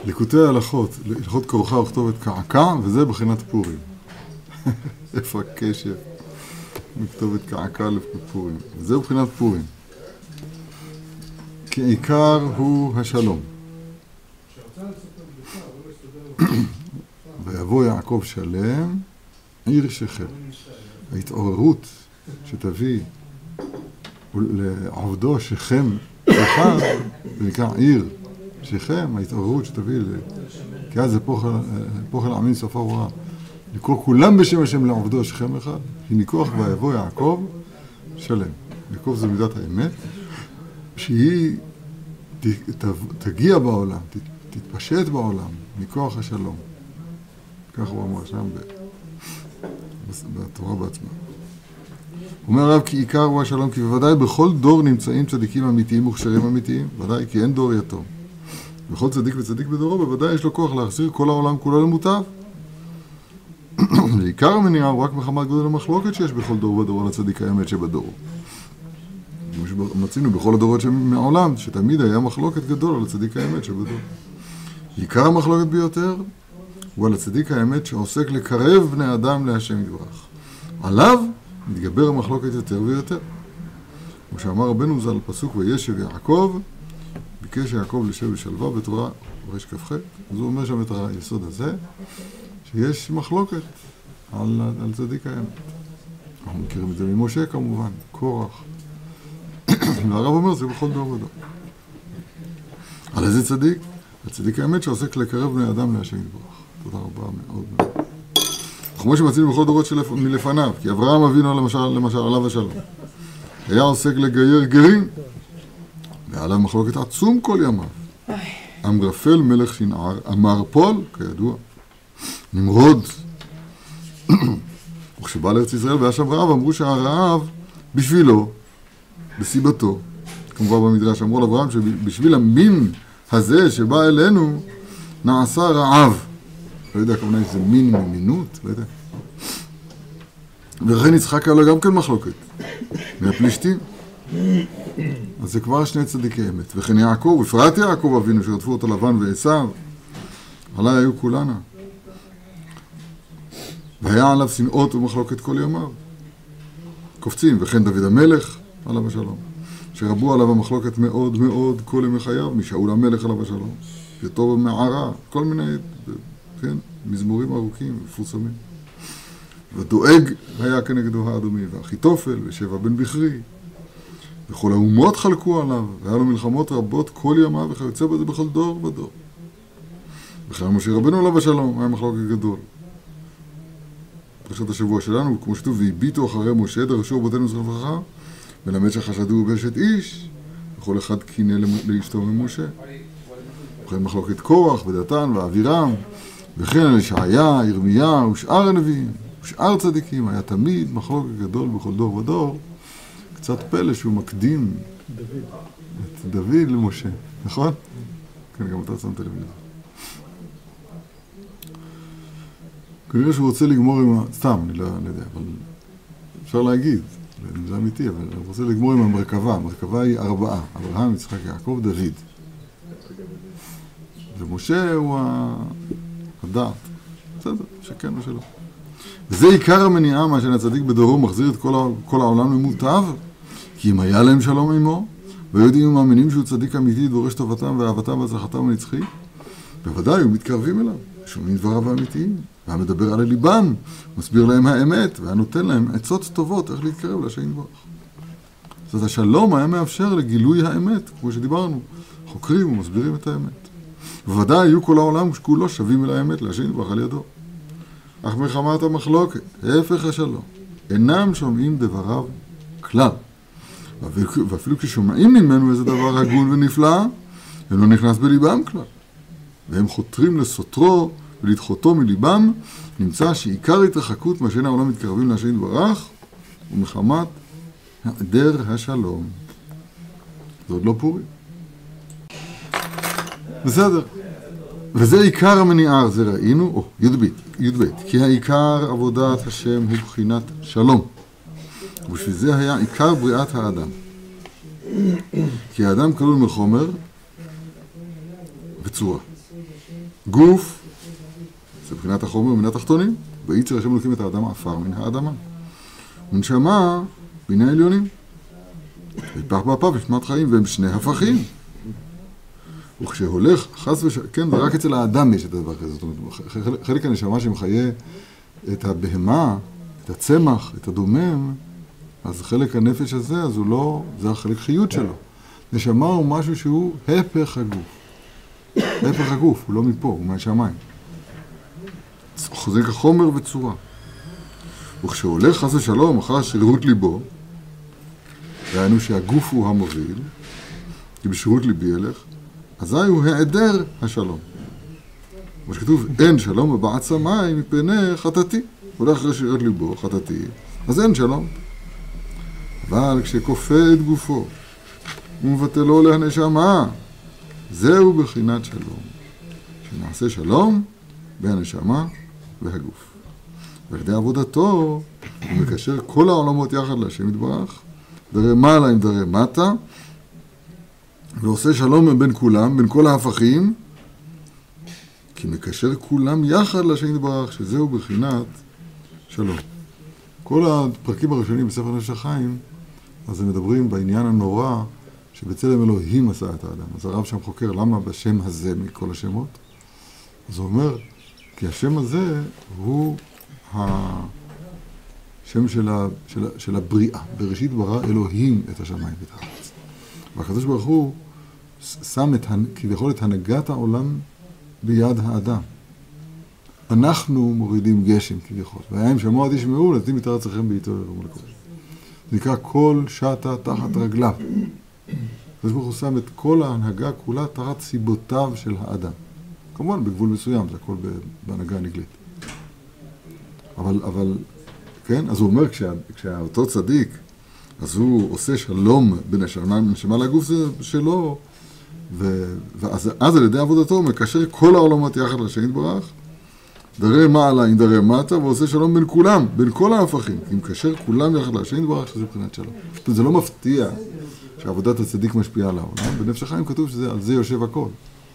ליקוטי ההלכות, הלכות כרוכה וכתובת קעקע, וזה בחינת פורים. איפה הקשר מכתובת קעקע לפורים? זה בחינת פורים. כי עיקר הוא השלום. ויבוא יעקב שלם, עיר שכם. ההתעוררות שתביא לעובדו שכם אחד, זה נקרא עיר שכם, ההתעוררות שתביא, כי אז זה פוחל עמים סופה ורעה. לקרוא כולם בשם השם לעובדו שכם אחד, היא ניכוח ויבוא יעקב שלם. יעקב זה מידת האמת, שהיא תגיע בעולם, תתפשט בעולם, מכוח השלום. כך הוא אמר שם בתורה בעצמה. אומר הרב כי עיקר הוא השלום, כי בוודאי בכל דור נמצאים צדיקים אמיתיים וכשרים אמיתיים, ודאי כי אין דור יתום. בכל צדיק וצדיק בדורו, בוודאי יש לו כוח להחזיר כל העולם כולו למוטב. לעיקר המניעה הוא רק מחמת גודל המחלוקת שיש בכל דור ודור על הצדיק האמת שבדור. מצינו בכל הדורות מהעולם, שתמיד היה מחלוקת גדול על הצדיק האמת שבדור. עיקר המחלוקת ביותר הוא על הצדיק האמת שעוסק לקרב בני אדם להשם יתברך. עליו מתגבר המחלוקת יותר ויותר. כמו שאמר רבנו ז"ל פסוק וישב יעקב, ביקש יעקב לשב בשלווה בתורה רש כ"ח. אז הוא אומר שם את היסוד הזה, שיש מחלוקת על צדיק האמת. אנחנו מכירים את זה ממשה כמובן, קורח. והרב אומר זה בכל דור ודור. על איזה צדיק? הצדיק האמת שעוסק לקרב בני אדם להשם יתברך. תודה רבה מאוד מאוד. כמו שמצינו בכל דורות מלפניו, כי אברהם אבינו למשל עליו השלום, היה עוסק לגייר גרים, ועליו מחלוקת עצום כל ימיו. אמרפל מלך שנער, אמר פול, כידוע, נמרוד. וכשבא לארץ ישראל והיה שם רעב, אמרו שהרעב בשבילו, בסיבתו. כמובן במדרש אמרו לאברהם שבשביל המין הזה שבא אלינו, נעשה רעב. לא יודע כמובן איזה מין ממינות, לא יודע. ולכן יצחק היה לו גם כן מחלוקת, מהפלישתים. אז זה כבר שני צדיקי אמת. וכן יעקב, בפרט יעקב אבינו, שרדפו אותו לבן ועשיו, עליי היו כולנה. והיה עליו שנאות ומחלוקת כל ימיו. קופצים, וכן דוד המלך, עליו השלום. שרבו עליו המחלוקת מאוד מאוד כל ימי חייו, משאול המלך עליו השלום. יתו במערה, כל מיני, כן, מזמורים ארוכים ופורסמים. ודואג היה כנגדו האדומי, ואחיתופל ושבע בן בכרי. וכל האומות חלקו עליו, והיה לו מלחמות רבות כל ימיו, וכיוצא בזה בכל דור ודור. וכן משה רבנו עליו השלום, היה מחלוקת גדול. פרשת השבוע שלנו, כמו שכתוב, והביטו אחרי משה, דרשו רבותינו זכר לברכה, מלמד שחשדו באשת איש, וכל אחד קינא לאשתו ממשה. וכן מחלוקת קורח ודתן ואבירם, וכן על ישעיה, ירמיה ושאר הנביאים, ושאר צדיקים, היה תמיד מחלוקת גדול בכל דור ודור. קצת פלא שהוא מקדים את דוד למשה, נכון? כן, גם אתה שמת לב לזה. כנראה שהוא רוצה לגמור עם סתם, אני לא יודע, אבל אפשר להגיד, זה אמיתי, אבל הוא רוצה לגמור עם המרכבה. המרכבה היא 4, אברהם, יצחק, יעקב, דוד. ומשה הוא הדעת. בסדר, שכן או שלא. וזה עיקר המניעה, מה שהצדיק בדורו מחזיר את כל העולם למוטב, כי אם היה להם שלום עמו, ויודעים ומאמינים שהוא צדיק אמיתי, דורש טובתם ואהבתם והצלחתם הנצחי, בוודאי הוא מתקרבים אליו, שומעים דבריו האמיתיים, והמדבר על ליבם, מסביר להם האמת, והנותן להם עצות טובות איך להתקרב להשם יתברך. זאת השלום היה מאפשר לגילוי האמת, כמו שדיברנו, חוקרים ומסבירים את האמת. בוודאי היו כל העולם כולו שווים אל האמת להשם יתברך על ידו. אך מחמת המחלוקת, ההפך השלום, אינם שומעים דבריו כלל. ואפילו כששומעים ממנו איזה דבר הגון ונפלא, אינו נכנס בליבם כלל. והם חותרים לסותרו ולדחותו מליבם, נמצא שעיקר התרחקות מה שאין העולם מתקרבים להשם יתברך, ומחמת היעדר השלום. זה עוד לא פורים. בסדר. וזה עיקר המניעה, זה ראינו, י"ב, כי העיקר עבודת השם הוא בחינת שלום. ובשביל זה היה עיקר בריאת האדם. כי האדם כלול מחומר וצורה. גוף, זה מבחינת החומר ומן התחתונים, וייצר השם אלוקים את האדם עפר מן האדמה. ונשמה מן העליונים. ויפח באפיו נשמת חיים, והם שני הפכים. וכשהולך, חס ושלום, כן, רק אצל האדם יש את הדבר כזה. זאת אומרת, חלק הנשמה שמחיה את הבהמה, את הצמח, את הדומם, אז חלק הנפש הזה, אז הוא לא, זה החלק חיות שלו. נשמה הוא משהו שהוא הפך הגוף. הפך הגוף, הוא לא מפה, הוא מהשמיים. חוזק החומר וצורה. וכשהולך חס ושלום אחר שרירות ליבו, ראינו שהגוף הוא המוביל, כי בשירות ליבי ילך, אזי הוא העדר השלום. כמו שכתוב, אין שלום בבעת שמיים מפני חטאתי. הולך אחרי שרירות ליבו, חטאתי, אז אין שלום. אבל כשכופה את גופו ומבטלו להנשמה, זהו בחינת שלום. שנעשה שלום בין הנשמה והגוף. ועל ידי עבודתו הוא מקשר כל העולמות יחד להשם יתברך, דרי מעלה עם דרי מטה, ועושה שלום בין כולם, בין כל ההפכים, כי מקשר כולם יחד להשם יתברך, שזהו בחינת שלום. כל הפרקים הראשונים בספר נפש החיים, אז הם מדברים בעניין הנורא שבצלם אלוהים עשה את האדם. אז הרב שם חוקר למה בשם הזה מכל השמות. אז הוא אומר, כי השם הזה הוא השם של הבריאה. בראשית ברא אלוהים את השמיים ואת הארץ. והקדוש ברוך הוא שם כביכול את הנהגת העולם ביד האדם. אנחנו מורידים גשם כביכול. והים שמוע תשמעו, נתנים את ארצכם בעיתו ומלכות. זה נקרא כל שטה תחת רגליו. הקדוש ברוך הוא שם את כל ההנהגה כולה תחת סיבותיו של האדם. כמובן בגבול מסוים, זה הכל בהנהגה הנגלית. אבל, כן, אז הוא אומר, כשאותו צדיק, אז הוא עושה שלום בין הנשמה לגוף זה שלו, ואז על ידי עבודתו הוא מקשר כל העולמות יחד להשם יתברך, דרי מעלה עם דרי מטה, ועושה שלום בין כולם, בין כל ההפכים, כי מקשר כולם יחד להשם יתברך, שזה מבחינת שלום. זה לא מפתיע שעבודת הצדיק משפיעה על העולם, בנפש החיים כתוב שעל זה יושב הכל.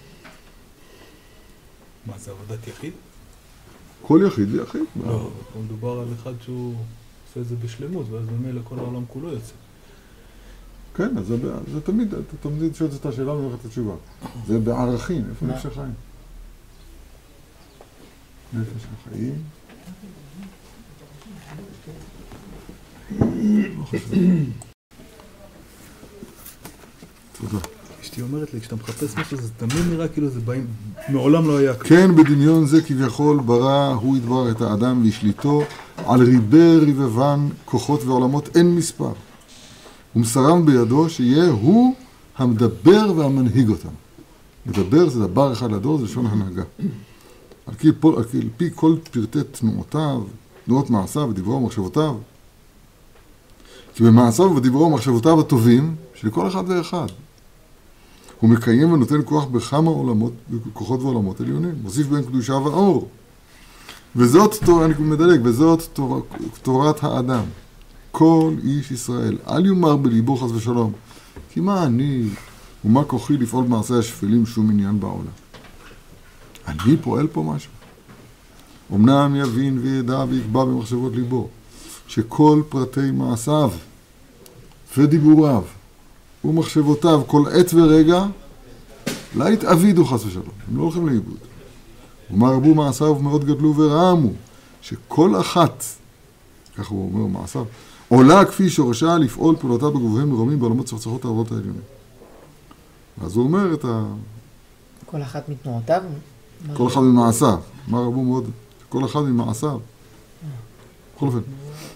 מה, זה עבודת יחיד? כל יחיד ויחיד. לא, מדובר על אחד שהוא עושה את זה בשלמות, ואז במילא כל העולם כולו יוצא. כן, אז זה תמיד, אתה תמיד שואל את השאלה ולכת את התשובה. זה בערכים, איפה נפש החיים? נפש החיים. לא חשוב. תודה. אשתי אומרת לי, כשאתה מחפש משהו, זה תמיד נראה כאילו זה באים, מעולם לא היה. כן, בדמיון זה כביכול ברא הוא ידבר את האדם והשליטו על ריבי ריבבן, כוחות ועולמות אין מספר. ומסרם בידו שיהיה הוא המדבר והמנהיג אותם. מדבר זה דבר אחד לדור, זה לשון הנהגה. על פי כל פרטי תנועותיו, תנועות מעשיו ודברו ומחשבותיו. כי במעשיו ודברו ומחשבותיו הטובים, של כל אחד ואחד. הוא מקיים ונותן כוח בכמה עולמות, כוחות ועולמות עליונים. מוסיף בהם קדושה ואור. וזאת תורה, אני מדלג, וזאת תורת האדם. כל איש ישראל, אל יאמר בליבו חס ושלום, כי מה אני ומה כוחי לפעול במעשי השפלים שום עניין בעולם. אני פועל פה משהו. אמנם יבין וידע ויקבע במחשבות ליבו, שכל פרטי מעשיו ודיבוריו ומחשבותיו, כל עת ורגע, לא יתאבידו חס ושלום, הם לא הולכים לאיבוד. ומה רבו מעשיו מאוד גדלו ורעמו, שכל אחת, ככה הוא אומר מעשיו, עולה כפי שורשה לפעול פעולותיו בגבוהים מרומים בעולמות צחצחות העברות העליונים. אז הוא אומר את ה... כל אחת מתנועותיו? כל אחד ממעשיו. מה רבו מאוד? כל אחד ממעשיו. בכל אופן.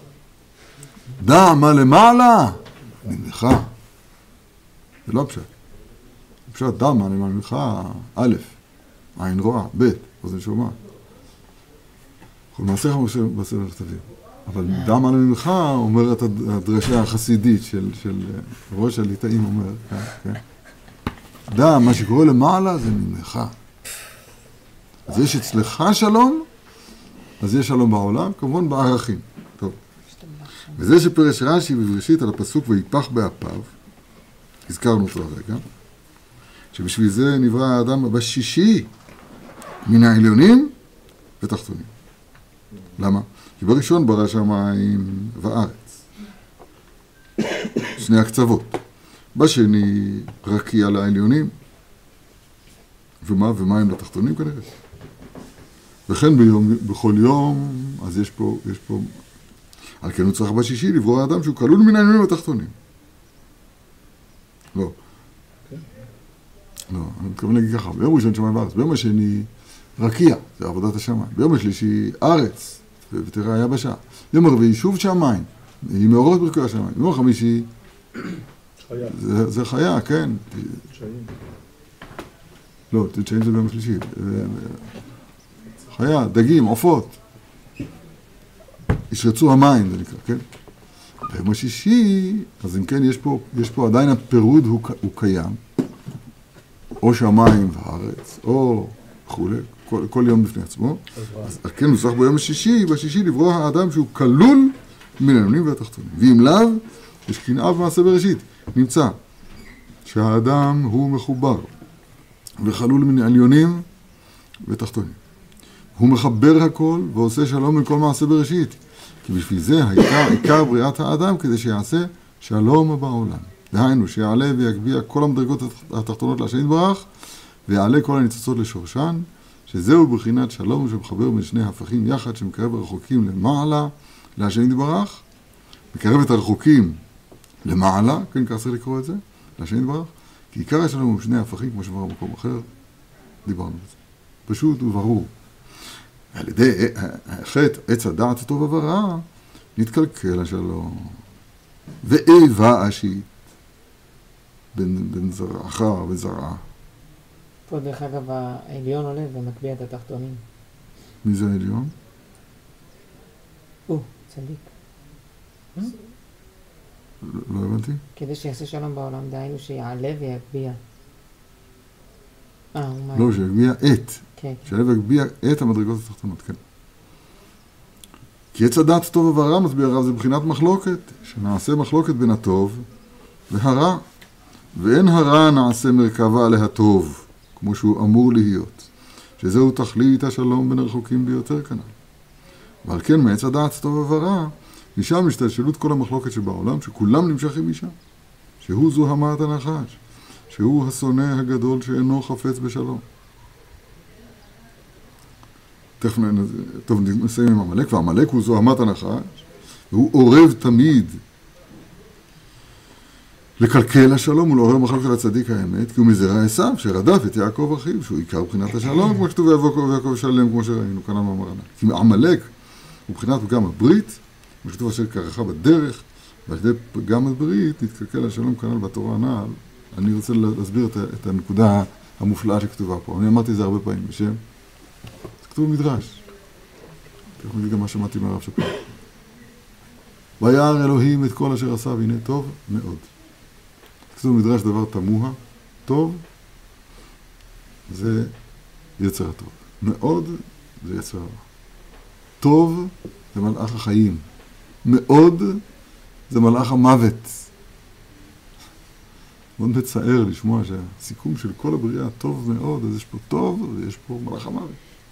דע מה למעלה? ממך. זה לא הפשט. הפשט דע מה למעלה ממך, א', עין רואה, ב', אוזן שומעת. כל מעשיך בספר נכתבים. אבל דע מה ממך אומרת הדרשה החסידית של ראש הליטאים אומר, כן? דע, מה שקורה למעלה זה ממך. אז יש אצלך שלום, אז יש שלום בעולם, כמובן בערכים. טוב. וזה שפרש רש"י בבראשית על הפסוק ויפח באפיו, הזכרנו אותו הרגע, שבשביל זה נברא האדם בשישי, מן העליונים ותחתונים. למה? כי בראשון ברא שמיים וארץ. שני הקצוות. בשני רקיע לעליונים. ומה הם לתחתונים כנראה? וכן בכל יום, אז יש פה, על כן הוא צריך בשישי לברוא האדם שהוא כלול מן העליונים ותחתונים. לא. לא, אני מתכוון להגיד ככה, ביום ראשון שמיים וארץ, ביום השני רקיע, זה עבודת השמיים. ביום השלישי ארץ, ותראה היבשה. ביום הרביעי שוב שמיים, היא מאורות ברכי השמיים. ביום החמישי חיה. זה חיה, כן. תשעים. לא, תשעים זה ביום השלישי. חיה, דגים, עופות. ישרצו המים, זה נקרא, כן? ביום השישי, אז אם כן, יש פה עדיין הפירוד הוא קיים. או שמיים וארץ, או וכו', כל יום בפני עצמו. אז כן, הוא צריך ביום השישי, בשישי לברוא האדם שהוא כלול מן העליונים והתחתונים. ואם לאו, יש קנאה במעשה בראשית. נמצא שהאדם הוא מחובר וכלול מן העליונים ותחתונים. הוא מחבר הכל ועושה שלום מכל מעשה בראשית. כי בשביל זה עיקר בריאת האדם כדי שיעשה שלום בעולם. דהיינו, שיעלה ויגביה כל המדרגות התחתונות להשם יתברך, ויעלה כל הניצוצות לשורשן, שזהו בחינת שלום שמחבר בין שני הפכים יחד, שמקרב הרחוקים למעלה להשם יתברך, מקרב את הרחוקים למעלה, כן, כך צריך לקרוא את זה, להשם יתברך, כי עיקר השלום הוא שני הפכים, כמו שאמר במקום אחר, דיברנו על זה. פשוט וברור. על ידי חטא עץ הדעת הטוב ורע, נתקלקל השלום. ואיבה אשית. בין זרעך וזרעה. פה דרך אגב העליון עולה ומקביע את התחתונים. מי זה העליון? צדיק. לא הבנתי. כדי שיעשה שלום בעולם, דהיינו שיעלה ויגביה. לא, שיגביה את. כן. שיעלה ויגביה את המדרגות התחתונות, כן. כי עץ הדעת טוב ורע, מסביר הרב, זה בחינת מחלוקת, שנעשה מחלוקת בין הטוב והרע. ואין הרע נעשה מרכבה להטוב, כמו שהוא אמור להיות, שזהו תכלית השלום בין הרחוקים ביותר כנ"ל. ועל כן מעץ הדעת טוב ורע, משם משתלשלות כל המחלוקת שבעולם, שכולם נמשכים משם, שהוא זוהמת הנחש, שהוא השונא הגדול שאינו חפץ בשלום. תכף נסיים עם עמלק, ועמלק הוא זוהמת הנחש, והוא עורב תמיד לקלקל השלום ולעורר מחלוקת על הצדיק האמת, כי הוא מזרע עשיו שרדף את יעקב אחיו, שהוא עיקר בחינת השלום, כמו שכתוב ויעקב שלם, כמו שראינו כאן במאמר הנ"ל. כי עמלק הוא בחינת פגם הברית, כמו שכתוב אשר קרחה בדרך, ועל ידי פגם הברית נתקלקל השלום כנ"ל בתורה הנ"ל. אני רוצה להסביר את הנקודה המופלאה שכתובה פה. אני אמרתי את זה הרבה פעמים בשם. זה כתוב במדרש. תכף נגיד גם מה שמעתי מהרב שפיר. וירא אלוהים את כל אשר עשה, והנה טוב מאוד. כתוב במדרש דבר תמוה, טוב זה יצר הטוב. מאוד זה יצר הרע. טוב זה מלאך החיים. מאוד זה מלאך המוות. מאוד מצער לשמוע שהסיכום של כל הבריאה טוב מאוד, אז יש פה טוב ויש פה מלאך המוות.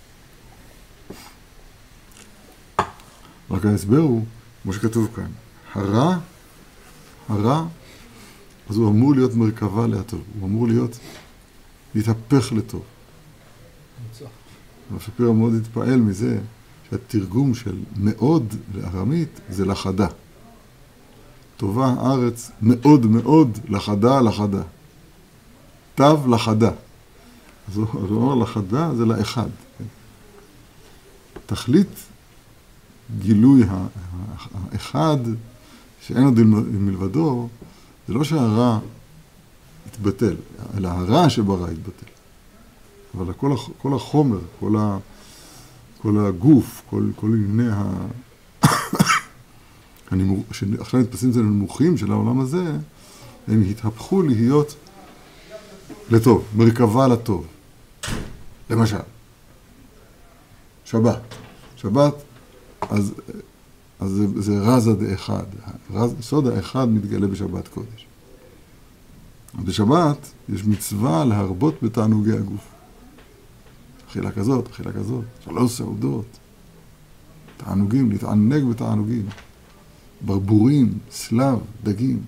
רק ההסבר הוא, כמו שכתוב כאן, הרע, אז הוא אמור להיות מרכבה להטוב, הוא אמור להתהפך לטוב. אבל שפיר מאוד התפעל מזה שהתרגום של מאוד לארמית זה לחדה. טובה הארץ מאוד מאוד לחדה. תו לחדה. אז הוא אומר לחדה זה לאחד. תכלית גילוי האחד שאין עוד מלבדו, זה לא שהרע יתבטל, אלא הרע שברע יתבטל. אבל כל החומר, כל הגוף, כל ענייני שעכשיו נתפסים את זה לנמוכים של העולם הזה, הם התהפכו להיות לטוב, מרכבה לטוב. למשל, שבת, אז זה רזה דאחד. סוד האחד מתגלה בשבת קודש. בשבת יש מצווה להרבות בתענוגי הגוף. אכילה כזאת, אכילה כזאת, 3 סעודות, תענוגים, להתענג בתענוגים, ברבורים, סלב, דגים,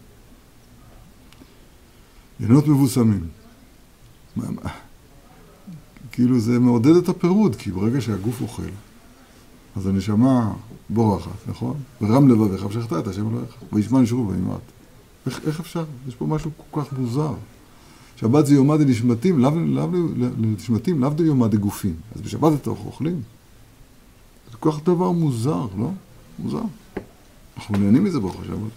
ינות מבוסמים. כאילו זה מעודד את הפירוד, כי ברגע שהגוף אוכל, אז הנשמה בורחת, נכון? ורם לבביך ושכת את השם אלוהיך, וישמע נשרו וימעט. איך אפשר? יש פה משהו כל כך מוזר. שבת זה יומא דנשמתים, לאו דיומא דגופים. אז בשבת אתם אוכלים. זה כל כך דבר מוזר, לא? מוזר. אנחנו נהנים מזה ברוך השבת.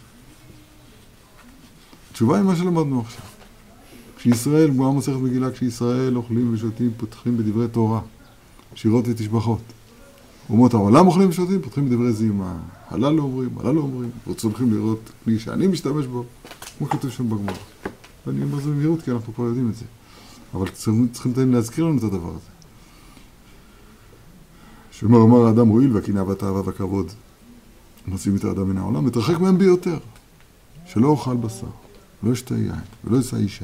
התשובה היא מה שלמדנו עכשיו. כשישראל, כמו מסכת מגילה, כשישראל אוכלים ושותים, פותחים בדברי תורה, שירות ותשבחות. אומות העולם אוכלים ושותים, פותחים בדברי זימה. הללו אומרים, וצולחים לראות כלי שאני משתמש בו, כמו כתוב שם בגמרא. ואני אומר זה במהירות, כי אנחנו כבר יודעים את זה. אבל צריכים להזכיר לנו את הדבר הזה. שאומר האדם הועיל, והקנאה והתאווה והכבוד מוציאים את האדם מן העולם, מתרחק מהם ביותר. שלא אוכל בשר, לא ישתה יין, ולא יישא אישה.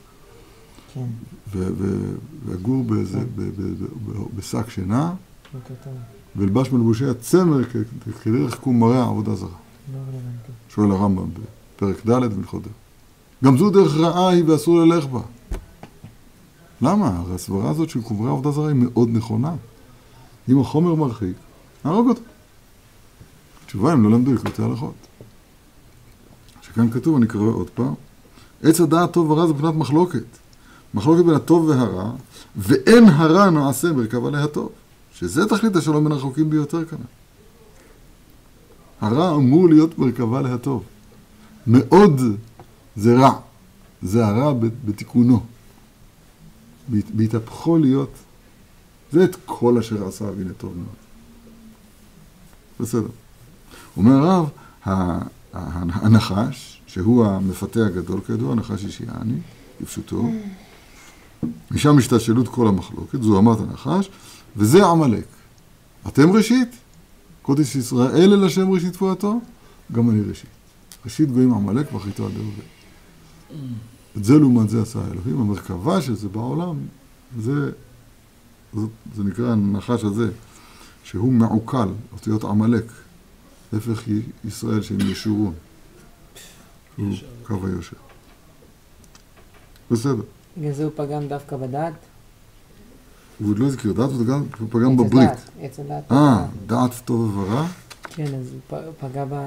והגור בשק שינה, ולבש מלבושי הצמר כדרך קום מראה עבודה זרה. שואל הרמב"ם בפרק ד' בהלכות דעות. גם זו דרך רעה היא ואסור ללך בה. למה? הרי הסברה הזאת של קום מראה עבודה זרה היא מאוד נכונה. אם החומר מרחיק, נהרוג אותו. התשובה הם לא למדו לקלוטי הלכות. שכאן כתוב, אני קורא עוד פעם, עץ הדעת טוב ורע זה מבחינת מחלוקת. מחלוקת בין הטוב והרע, ואין הרע נעשה מרכבה להטוב. שזה תכלית השלום בין הרחוקים ביותר כאן. הרע אמור להיות מרכבה להטוב. מאוד זה רע. זה הרע בתיקונו. בהתהפכו להיות. זה את כל אשר עשה והנה טוב מאוד. בסדר. אומר הרב, הנחש, שהוא המפתה הגדול כידוע, הנחש אישיאני, בפשוטו, משם השתלשלות כל המחלוקת, זו אמת הנחש, וזה עמלק. אתם ראשית, קודש ישראל אל השם ראשית תפואתו, גם אני ראשית. ראשית גויים עמלק ואחריתו עד דרבה. את זה לעומת זה עשה האלוהים, המרכבה של זה בעולם, זה נקרא הנחש הזה, שהוא מעוקל, אותיות עמלק, הפך ישראל שהם ישורון. הוא קו היושר. בסדר. בגלל זה הוא פגם דווקא בדעת? הוא עוד לא הזכיר דעת, הוא פגם בברית. עץ הדעת. דעת טוב ורע? כן, אז הוא פגע ב...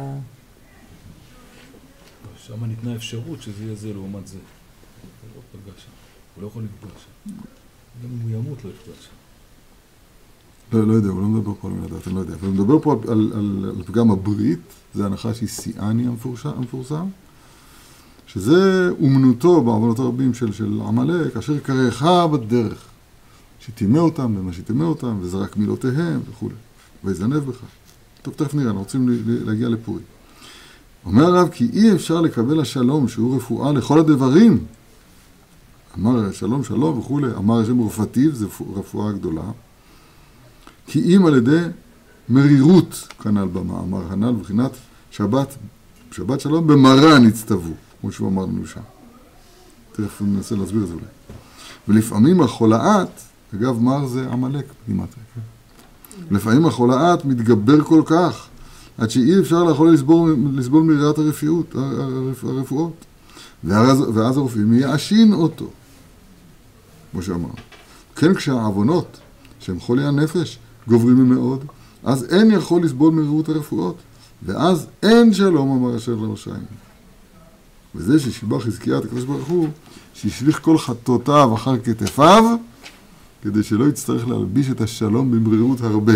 שם ניתנה אפשרות שזה יהיה זה לעומת זה. הוא לא פגע שם. הוא לא יכול לפגוע שם. גם אם הוא ימות לא יפגע שם. לא יודע, הוא לא מדבר פה על מילה דעת, אני לא יודע. אבל הוא מדבר פה על פגם הברית, זה הנחש אישיאני המפורסם, שזה אומנותו בעוונות הרבים של עמלק, אשר קרחה בדרך, שתימה אותם ומה שתימה אותם, וזרק מילותיהם וכו'. ויזנב בך. טוב, תכף נראה, אנחנו רוצים להגיע לפורים. אומר הרב, כי אי אפשר לקבל השלום שהוא רפואה לכל הדברים. אמר שלום שלום וכו', אמר השם רפתיו, זה רפואה גדולה. כי אם על ידי מרירות, כנ"ל במאמר הנ"ל, מבחינת שבת שלום במראה נצטוו, כמו שהוא אמר לנו שם. תכף ננסה להסביר את זה אולי. ולפעמים החולאת, אגב, מר זה עמלק, בגימטריה, כן? לפעמים החולאת מתגבר כל כך, עד שאי אפשר לאכול לסבול מרירת הרפואות. ואז הרופאים מייאשים אותו, כמו שאמרנו. כן, כשהעוונות, שהם חולי הנפש, גוברים מאוד, אז אין יכול לסבול מרירות הרפואות, ואז אין שלום אמר אשר לרשעים. וזה ששיבח חזקיה את הקדוש ברוך הוא, שישליך כל חטאותיו אחר כתפיו, כדי שלא יצטרך להלביש את השלום במרירות הרבה.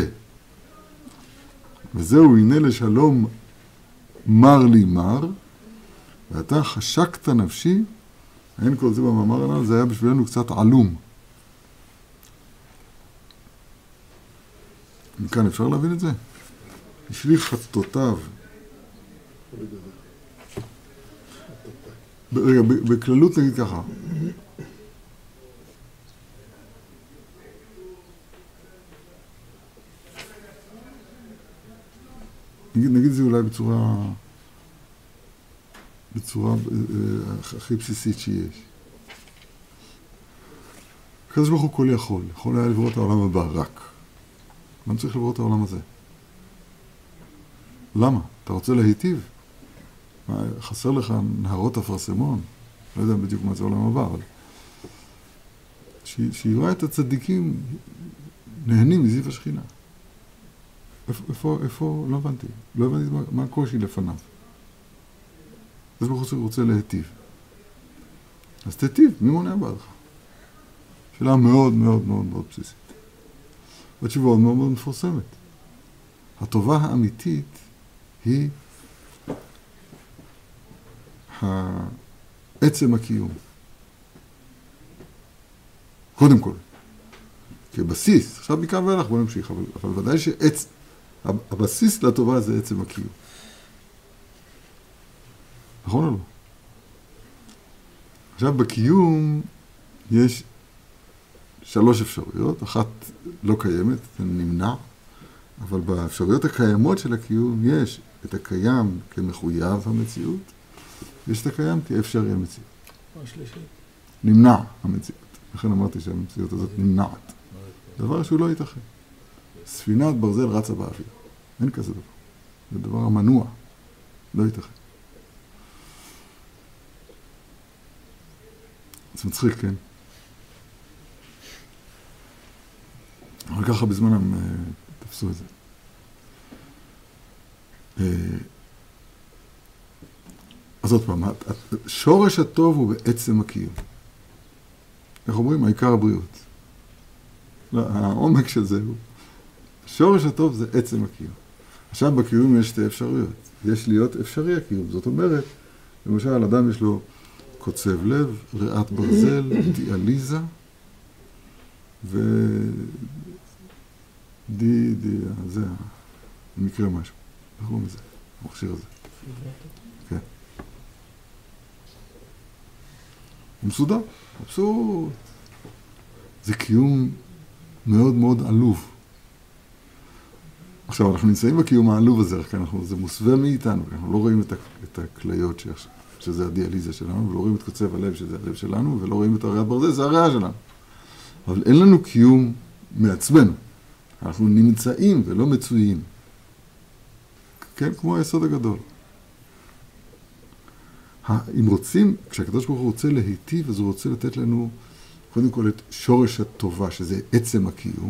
וזהו, הנה לשלום מר לי מר, ואתה חשקת נפשי, אין כל זה במאמר הנ"ל, זה היה בשבילנו קצת עלום. מכאן אפשר להבין את זה? השליך חטאותיו. רגע, בכללות נגיד ככה. נגיד זה אולי בצורה הכי בסיסית שיש. הקדוש ברוך הוא כל יכול היה לברוא את העולם הבא רק. למה צריך לברוא את העולם הזה? למה? אתה רוצה להיטיב? חסר לך נהרות אפרסמון? לא יודע בדיוק מה זה העולם הבא, אבל שיראה את הצדיקים נהנים מזיו השכינה. איפה? לא הבנתי. לא הבנתי מה הקושי לפניו. הקדוש ברוך הוא רוצה להיטיב. אז תיטיב, מי מונע בעדך? שאלה מאוד מאוד מאוד מאוד בסיסית. התשובה מאוד מאוד מאוד מפורסמת. הטובה האמיתית היא עצם הקיום. קודם כל. כבסיס. עכשיו מכאן ואילך בוא נמשיך, אבל ודאי הבסיס לטובה זה עצם הקיום. נכון או לא? עכשיו בקיום יש 3 אפשרויות, אחת לא קיימת, זה נמנע, אבל באפשרויות הקיימות של הקיום יש את הקיים כמחויב המציאות, יש את הקיים כאפשרי המציאות. מה שלישי? נמנע המציאות. לכן אמרתי שהמציאות הזאת נמנעת. דבר שהוא לא ייתכן. ספינת ברזל רצה באוויר. אין כזה דבר. זה דבר המנוע. לא ייתכן. זה מצחיק, כן? אבל ככה בזמנם תפסו את זה. אז עוד פעם, שורש הטוב הוא בעצם הקיום. איך אומרים? העיקר הבריאות. העומק של זה הוא. שורש הטוב זה עצם הקיום. עכשיו בקיום יש 2 אפשרויות. יש להיות אפשרי הקיום. זאת אומרת, למשל, אדם יש לו קוצב לב, ריאת ברזל, דיאליזה, זה מקרה משהו. איך קוראים לזה? המכשיר הזה. כן. הוא מסודר, מבסוט. זה קיום מאוד מאוד עלוב. עכשיו, אנחנו נמצאים בקיום העלוב הזה, כי זה מוסווה מאיתנו, אנחנו לא רואים את הכליות שזה הדיאליזה שלנו, ולא רואים את קוצב הלב שזה הלב שלנו, ולא רואים את הריאת ברזל, זה הריאה שלנו. אבל אין לנו קיום מעצמנו. אנחנו נמצאים ולא מצויים. כן, כמו היסוד הגדול. אם רוצים, כשהקדוש ברוך הוא רוצה להיטיב, אז הוא רוצה לתת לנו, קודם כל, את שורש הטובה, שזה עצם הקיום.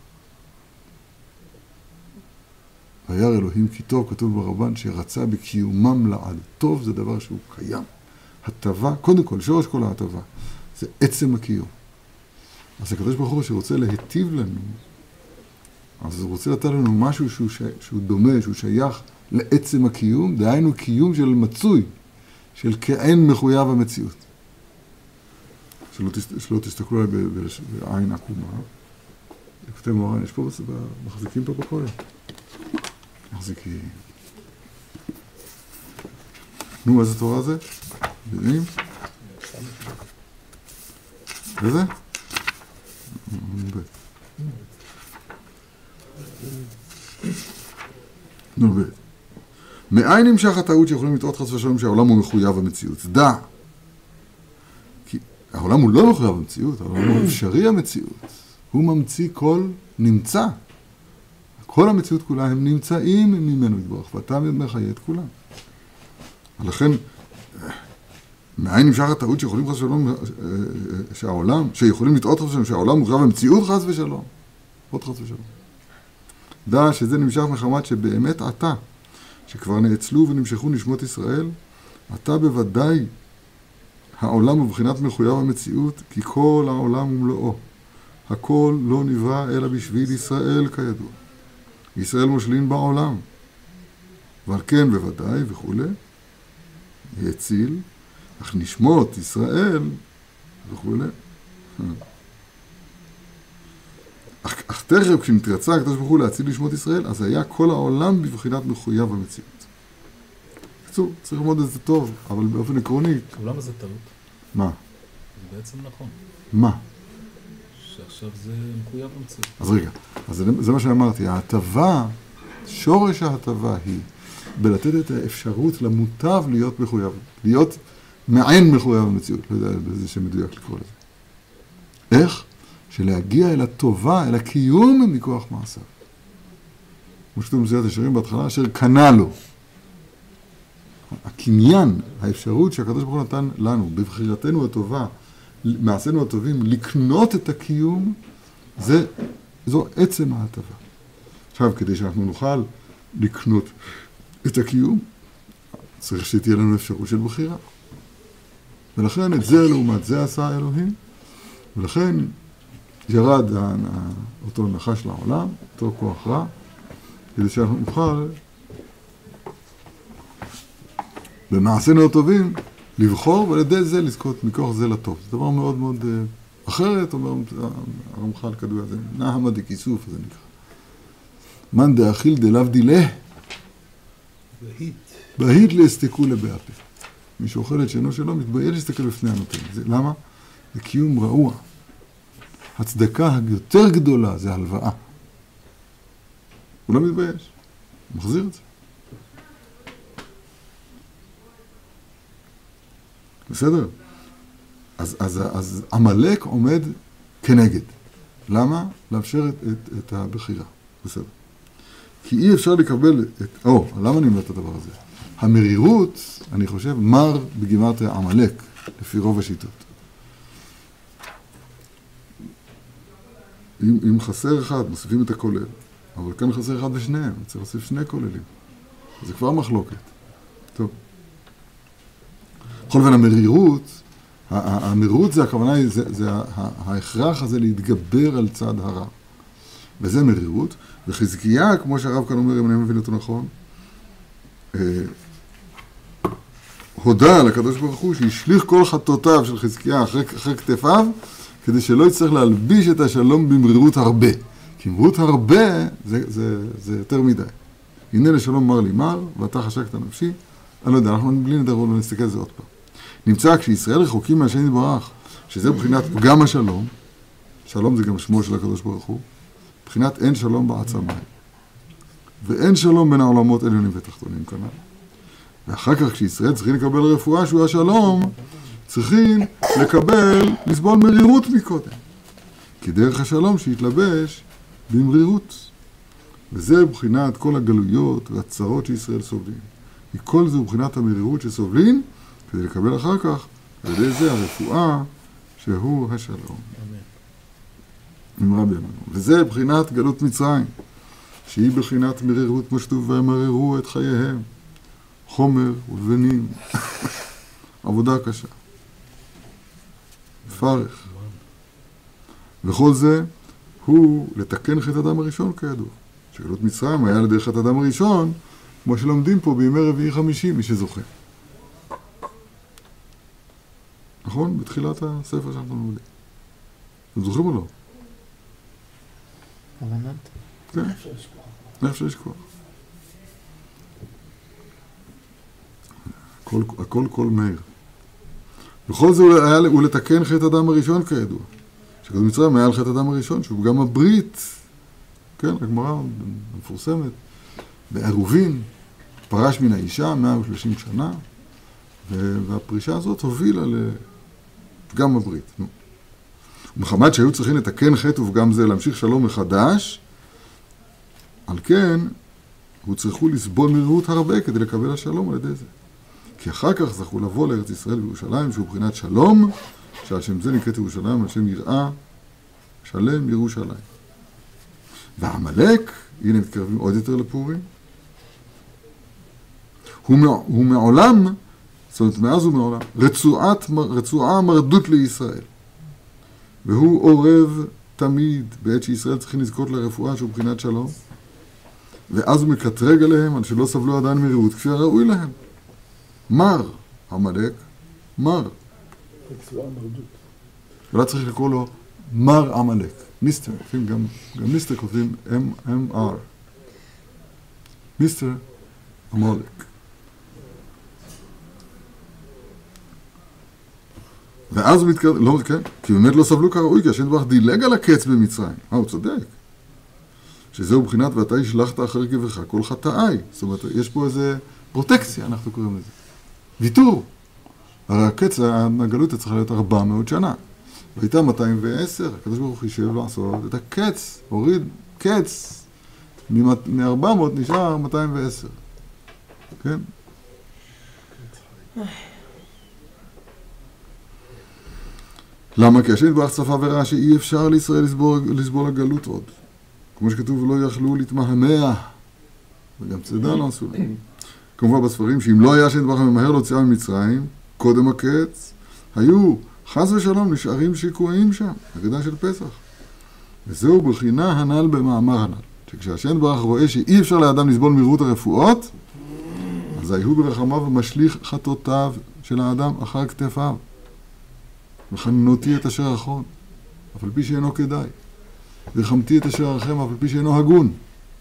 וירא אלוהים כי טוב, כתוב ברבן, שרצה בקיומם לעד. טוב זה דבר שהוא קיים. הטבה, קודם כל, שורש כל ההטבה, זה עצם הקיום. אז הקדוש ברוך הוא שרוצה להיטיב לנו, אז הוא רוצה לתת לנו משהו שהוא דומה, שהוא שייך לעצם הקיום, דהיינו קיום של מצוי, של כאין מחויב המציאות. שלא תסתכלו עליי בעין עקומה. כותב מורן, יש פה, מחזיקים פה בכולל. מחזיקים. נו, איזה תורה זה? יודעים? איזה? נו, בית. מאין נמשך הטעות שיכולים לטעות חס ושלום שהעולם הוא מחויב המציאות? דע. כי העולם הוא לא מחויב המציאות, העולם הוא אפשרי המציאות. הוא ממציא כל נמצא. כל המציאות כולה הם נמצאים ממנו יתברך, ואתה מחיה את כולם. ולכן, מאין נמשך הטעות שיכולים חס ושלום שהעולם, שיכולים לטעות חס ושלום שהעולם הוא מחויב המציאות חס ושלום. עוד חס ושלום. דע שזה נמשך מחמת שבאמת אתה, שכבר נאצלו ונמשכו נשמות ישראל, אתה בוודאי העולם הוא בבחינת מחויב המציאות, כי כל העולם ומלואו. הכל לא נברא אלא בשביל ישראל כידוע. ישראל מושלין בעולם. ועל כן בוודאי וכו', יציל, אך נשמות ישראל וכו'. אך תכף כשנתרצה הקדוש ברוך הוא להציל לשמות ישראל, אז היה כל העולם בבחינת מחויב המציאות. בקיצור, צריך ללמוד את זה טוב, אבל באופן עקרוני... למה זה טעות? מה? זה בעצם נכון. מה? שעכשיו זה מחויב המציאות. אז רגע, אז זה מה שאמרתי, ההטבה, שורש ההטבה היא בלתת את האפשרות למוטב להיות מחויב, להיות מעין מחויב המציאות, לא יודע באיזה שמדויק לקרוא לזה. איך? שלהגיע אל הטובה, אל הקיום מכוח מעשיו. כמו שכתוב במסילת ישרים בהתחלה, אשר קנה לו. הקניין, האפשרות שהקדוש ברוך הוא נתן לנו, בבחירתנו הטובה, מעשינו הטובים, לקנות את הקיום, זו עצם ההטבה. עכשיו, כדי שאנחנו נוכל לקנות את הקיום, צריך שתהיה לנו אפשרות של בחירה. ולכן את זה לעומת זה עשה אלוהים, ולכן ירד אותו נחש לעולם, אותו כוח רע, כדי שאנחנו נוכל במעשינו הטובים לבחור ועל ידי זה לזכות מכוח זה לטוב. זה דבר מאוד מאוד אחרת, אומר הרמח"ל כדויה, זה נהמה דכיסוף, זה נקרא. מאן דאכיל דלאו דילה, בהית להסתכלו לבאפה. מי שאוכל את שאינו שלו מתבייש להסתכל בפני הנותן. למה? זה קיום רעוע. הצדקה היותר גדולה זה הלוואה. הוא לא מתבייש, הוא מחזיר את זה. בסדר? אז עמלק עומד כנגד. למה? לאפשר את הבחירה. בסדר. כי אי אפשר לקבל למה אני אומר את הדבר הזה? המרירות, אני חושב, מר בגימטריה עמלק, לפי רוב השיטות. אם חסר אחד, מוסיפים את הכולל. אבל כאן חסר אחד ושניהם, צריך להוסיף שני כוללים. זה כבר מחלוקת. טוב. בכל אופן, המרירות זה הכוונה, זה ההכרח הזה להתגבר על צד הרע. וזה מרירות. וחזקיה, כמו שהרב כאן אומר, אם אני מבין אותו נכון, הודע לקדוש ברוך הוא שהשליך כל חטאותיו של חזקיה אחרי כתפיו, כדי שלא יצטרך להלביש את השלום במרירות הרבה. כי מרירות הרבה זה יותר מדי. הנה לשלום מר לי מר, ואתה חשקת נפשי. אני לא יודע, אנחנו בלי נדר לא נסתכל על זה עוד פעם. נמצא כשישראל רחוקים מהשם יתברך, שזה מבחינת גם השלום, שלום זה גם שמו של הקדוש ברוך הוא, מבחינת אין שלום בעצמיים. ואין שלום בין העולמות עליונים ותחתונים כנ"ל. ואחר כך כשישראל צריכים לקבל רפואה שהוא השלום, צריכים לסבול מרירות מקודם. כי דרך השלום שיתלבש במרירות. וזה מבחינת כל הגלויות והצרות שישראל סובלים. מכל זה מבחינת המרירות שסובלים, כדי לקבל אחר כך, על ידי זה הרפואה שהוא השלום. אמרה בימינו. וזה מבחינת גלות מצרים, שהיא בחינת מרירות, כמו שכתוב, והם מררו את חייהם. חומר ולבנים. עבודה קשה. פרך. וכל זה הוא לתקן חטא אדם הראשון כידוע. שגלות מצרים היה לדרך חטא אדם הראשון, כמו שלומדים פה בימי רביעי חמישי, מי שזוכה. נכון? בתחילת הספר שאנחנו לומדים. אתם זוכרים או לא? כוונת? כן. אפשר לשכוח. הכל כל מאיר. בכל זה הוא לתקן חטא אדם הראשון כידוע. שגלות מצרים היה על חטא אדם הראשון, שהוא גם הברית, כן, הגמרא המפורסמת, בעירובין, פרש מן האישה 130 שנה, והפרישה הזאת הובילה לפגם הברית. ומחמד שהיו צריכים לתקן חטא ובגם זה להמשיך שלום מחדש, על כן, הוא צריכו לסבול מרירות הרבה כדי לקבל השלום על ידי זה. כי אחר כך זכו לבוא לארץ ישראל וירושלים, שהוא בחינת שלום, שעל שם זה נקראת ירושלים, על שם יראה, שלם ירושלים. והעמלק, הנה מתקרבים עוד יותר לפורים, הוא מעולם, זאת אומרת מאז הוא מעולם, רצועה מרדות לישראל. והוא עורב תמיד, בעת שישראל צריכים לזכות לרפואה שהוא בחינת שלום, ואז הוא מקטרג עליהם, על שלא סבלו עדיין מרירות, כפי הראוי להם. מר, עמלק, מר. רצועה מרדות. ולא צריך לקרוא לו מר עמלק. מיסטר, גם מיסטר כותבים M-R. מיסטר עמלק. ואז הוא מתקרב, לא, כן, כי באמת לא סבלו כראוי, כי השם יתברך דילג על הקץ במצרים. הוא צודק. שזהו בחינת ואתה השלחת אחר גברך כל חטאי. זאת אומרת, יש פה איזה פרוטקציה, אנחנו קוראים לזה. ויתור. הרי הקץ, הגלות צריכה להיות 400 שנה. והייתה 210, הקדוש ברוך הוא חישב לעשות את הקץ, הוריד קץ, מ-400 נשאר 210. כן? למה? כי השם יתברך צפה וראה שאי אפשר לישראל לסבול הגלות עוד. כמו שכתוב, לא יכלו להתמהמה, וגם צידה לא עשו להם. כמובן בספרים, שאם לא היה השם יתברך ממהר להוציאה ממצרים, קודם הקץ, היו חס ושלום נשארים שיקועים שם, הגדה של פסח. וזהו בחינה הנ"ל במאמר הנ"ל. שכשהשם יתברך רואה שאי אפשר לאדם לסבול מהירות הרפואות, אז הוא ברחמיו משליך חטאותיו של האדם אחר כתפיו. וחננותי את אשר אחון, אף על פי שאינו כדאי. ורחמתי את אשר ארחם, אף על פי שאינו הגון.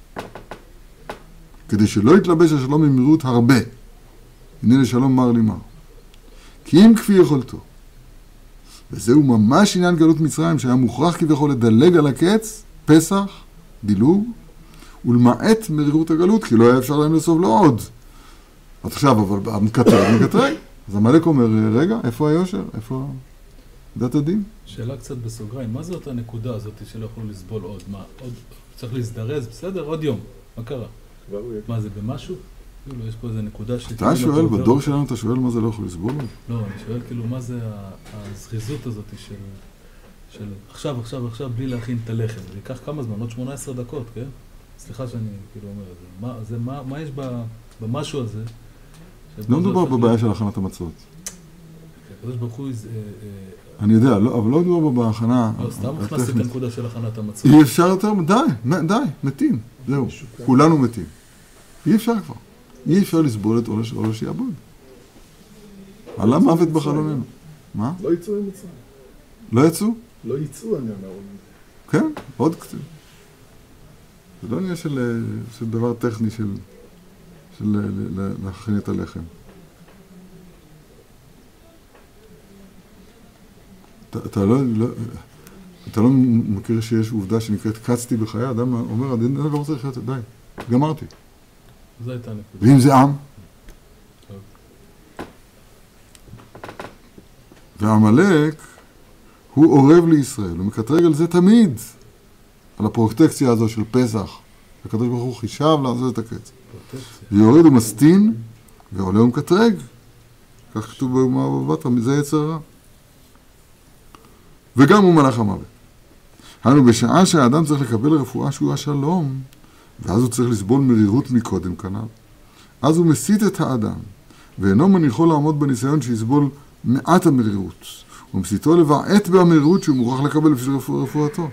כדי שלא יתלבש השלום במהירות הרבה. הנה לשלום מר לי מר. כי אם כפי יכולתו. וזהו ממש עניין גלות מצרים, שהיה מוכרח כביכול לדלג על הקץ, פסח, דילוג, ולמעט מרירות הגלות, כי לא היה אפשר להם לסוב לו עוד. אז עכשיו, אבל מקטרג. אז המלאק אומר, רגע, איפה היושר? איפה דת הדין? שאלה קצת בסוגריים, מה זה אותה נקודה הזאת שלא יכולו לסבול עוד? מה, עוד צריך להזדרז? בסדר, עוד יום. מה קרה? מה זה, במשהו? כאילו, יש פה איזה נקודה ש... אתה שואל, בדור שלנו אתה שואל מה זה לא יכול לסבול? לא, אני שואל כאילו, מה זה הזריזות הזאת של עכשיו, בלי להכין את הלחם. זה ייקח כמה זמן? עוד 18 דקות, כן? סליחה שאני כאילו אומר את זה. מה יש במשהו הזה? לא מדובר בבעיה של הכנת המצות. הקדוש ברוך הוא... אני יודע, אבל לא מדובר בהכנה... לא, סתם הכנסתי את הנקודה של הכנת המצות. אי אפשר יותר, די, מתים. זהו, כולנו מתים. אי אפשר כבר. אי אפשר לסבול את עולש יעבוד. על המוות בחלומנו. מה? לא יצאו ממצרים. לא יצאו? לא יצאו, אני אומר. כן, עוד קצת. זה לא עניין של דבר טכני של להכין את הלחם. אתה לא מכיר שיש עובדה שנקראת קצתי בחיי, אדם אומר, אני לא רוצה לחיות, די, גמרתי. זו הייתה נקודה. ואם זה עם? והמלאק הוא עורב לישראל, הוא מקטרג על זה תמיד, על הפרוטקציה הזו של פסח. הקדוש ברוך הוא חישב לעשות את הקץ. ויורד ומסטין, ועולה ומקטרג. כך כתוב בבטרה, מזה יצר רע. וגם הוא מלאך המוות. היינו בשעה שהאדם צריך לקבל רפואה שהוא השלום, ואז הוא צריך לסבול מרירות מקודם כנ"ל. אז הוא מסית את האדם, ואינו מניחו לעמוד בניסיון שיסבול מעט המרירות. הוא מסיתו לבעט במרירות שהוא מוכרח לקבל בשביל רפואתו.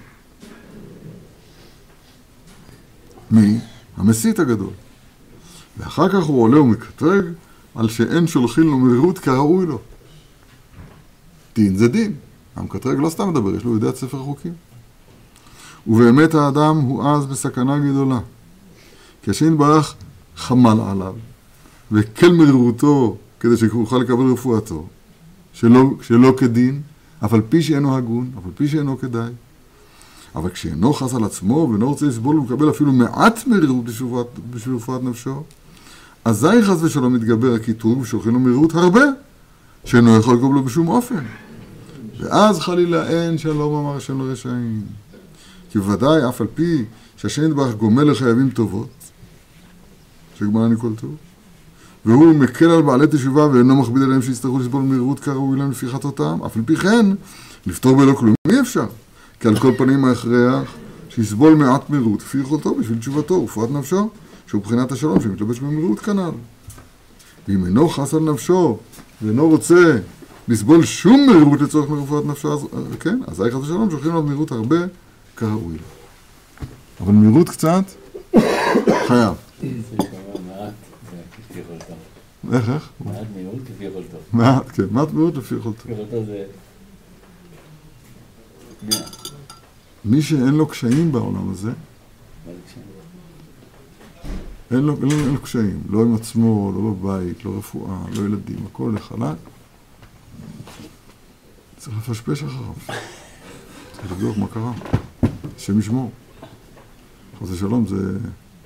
מי? המסית הגדול. ואחר כך הוא עולה ומקטרג על שאין שולחין לו מרירות כראוי לו. דין זה דין. המקטרג לא סתם מדבר, יש לו ידיעת ספר חוקים. ובאמת האדם הוא אז בסכנה גדולה. כי השם יתברך חמל עליו, והקל מרירותו כדי שיוכל לקבל רפואתו, שלא כדין, אף על פי שאינו הגון, אף על פי שאינו כדאי. אבל כשאינו חס על עצמו ואינו רוצה לסבול ולקבל אפילו מעט מרירות בשביל רפואת נפשו, אזי חס ושלום מתגבר הקיטרוג ושולחין לו מרירות הרבה, שאינו יכול לקבל לו בשום אופן. ואז חלילה אין שלום אמר השם לרשעים. כי בוודאי אף על פי שהשם יתברך גומל לחייבים טובות, שגמרני כל טוב, והוא מקל על בעלי תשובה ואינו מכביד עליהם שיצטרכו לסבול מרירות כראוי להם לפי חטאותם, אף על פי כן לפתור בלא כלום אי אפשר. כי על כל פנים ההכרח שיסבול מעט מרירות לפי יכולתו בשביל תשובתו ורפואת נפשו, שהוא בחינת השלום שמתלבש במרירות כנ"ל. ואם אינו חס על נפשו ואינו רוצה לסבול שום מרירות לצורך מרפואת נפשו, אז כן, אז חס ושלום שולחים לו מרירות הרבה כראוי. אבל מרירות קצת חייב. איך? מעט מרירות לפי יכולתו. מעט, כן, מעט מרירות לפי יכולתו. לפי יכולתו זה... מי שאין לו קשיים בעולם הזה, אין לו קשיים, לא עם עצמו, לא בבית, לא רפואה, לא ילדים, הכל לחלק. צריך לפשפש אחריו. צריך לבדוק מה קרה. השם ישמור. חס ושלום זה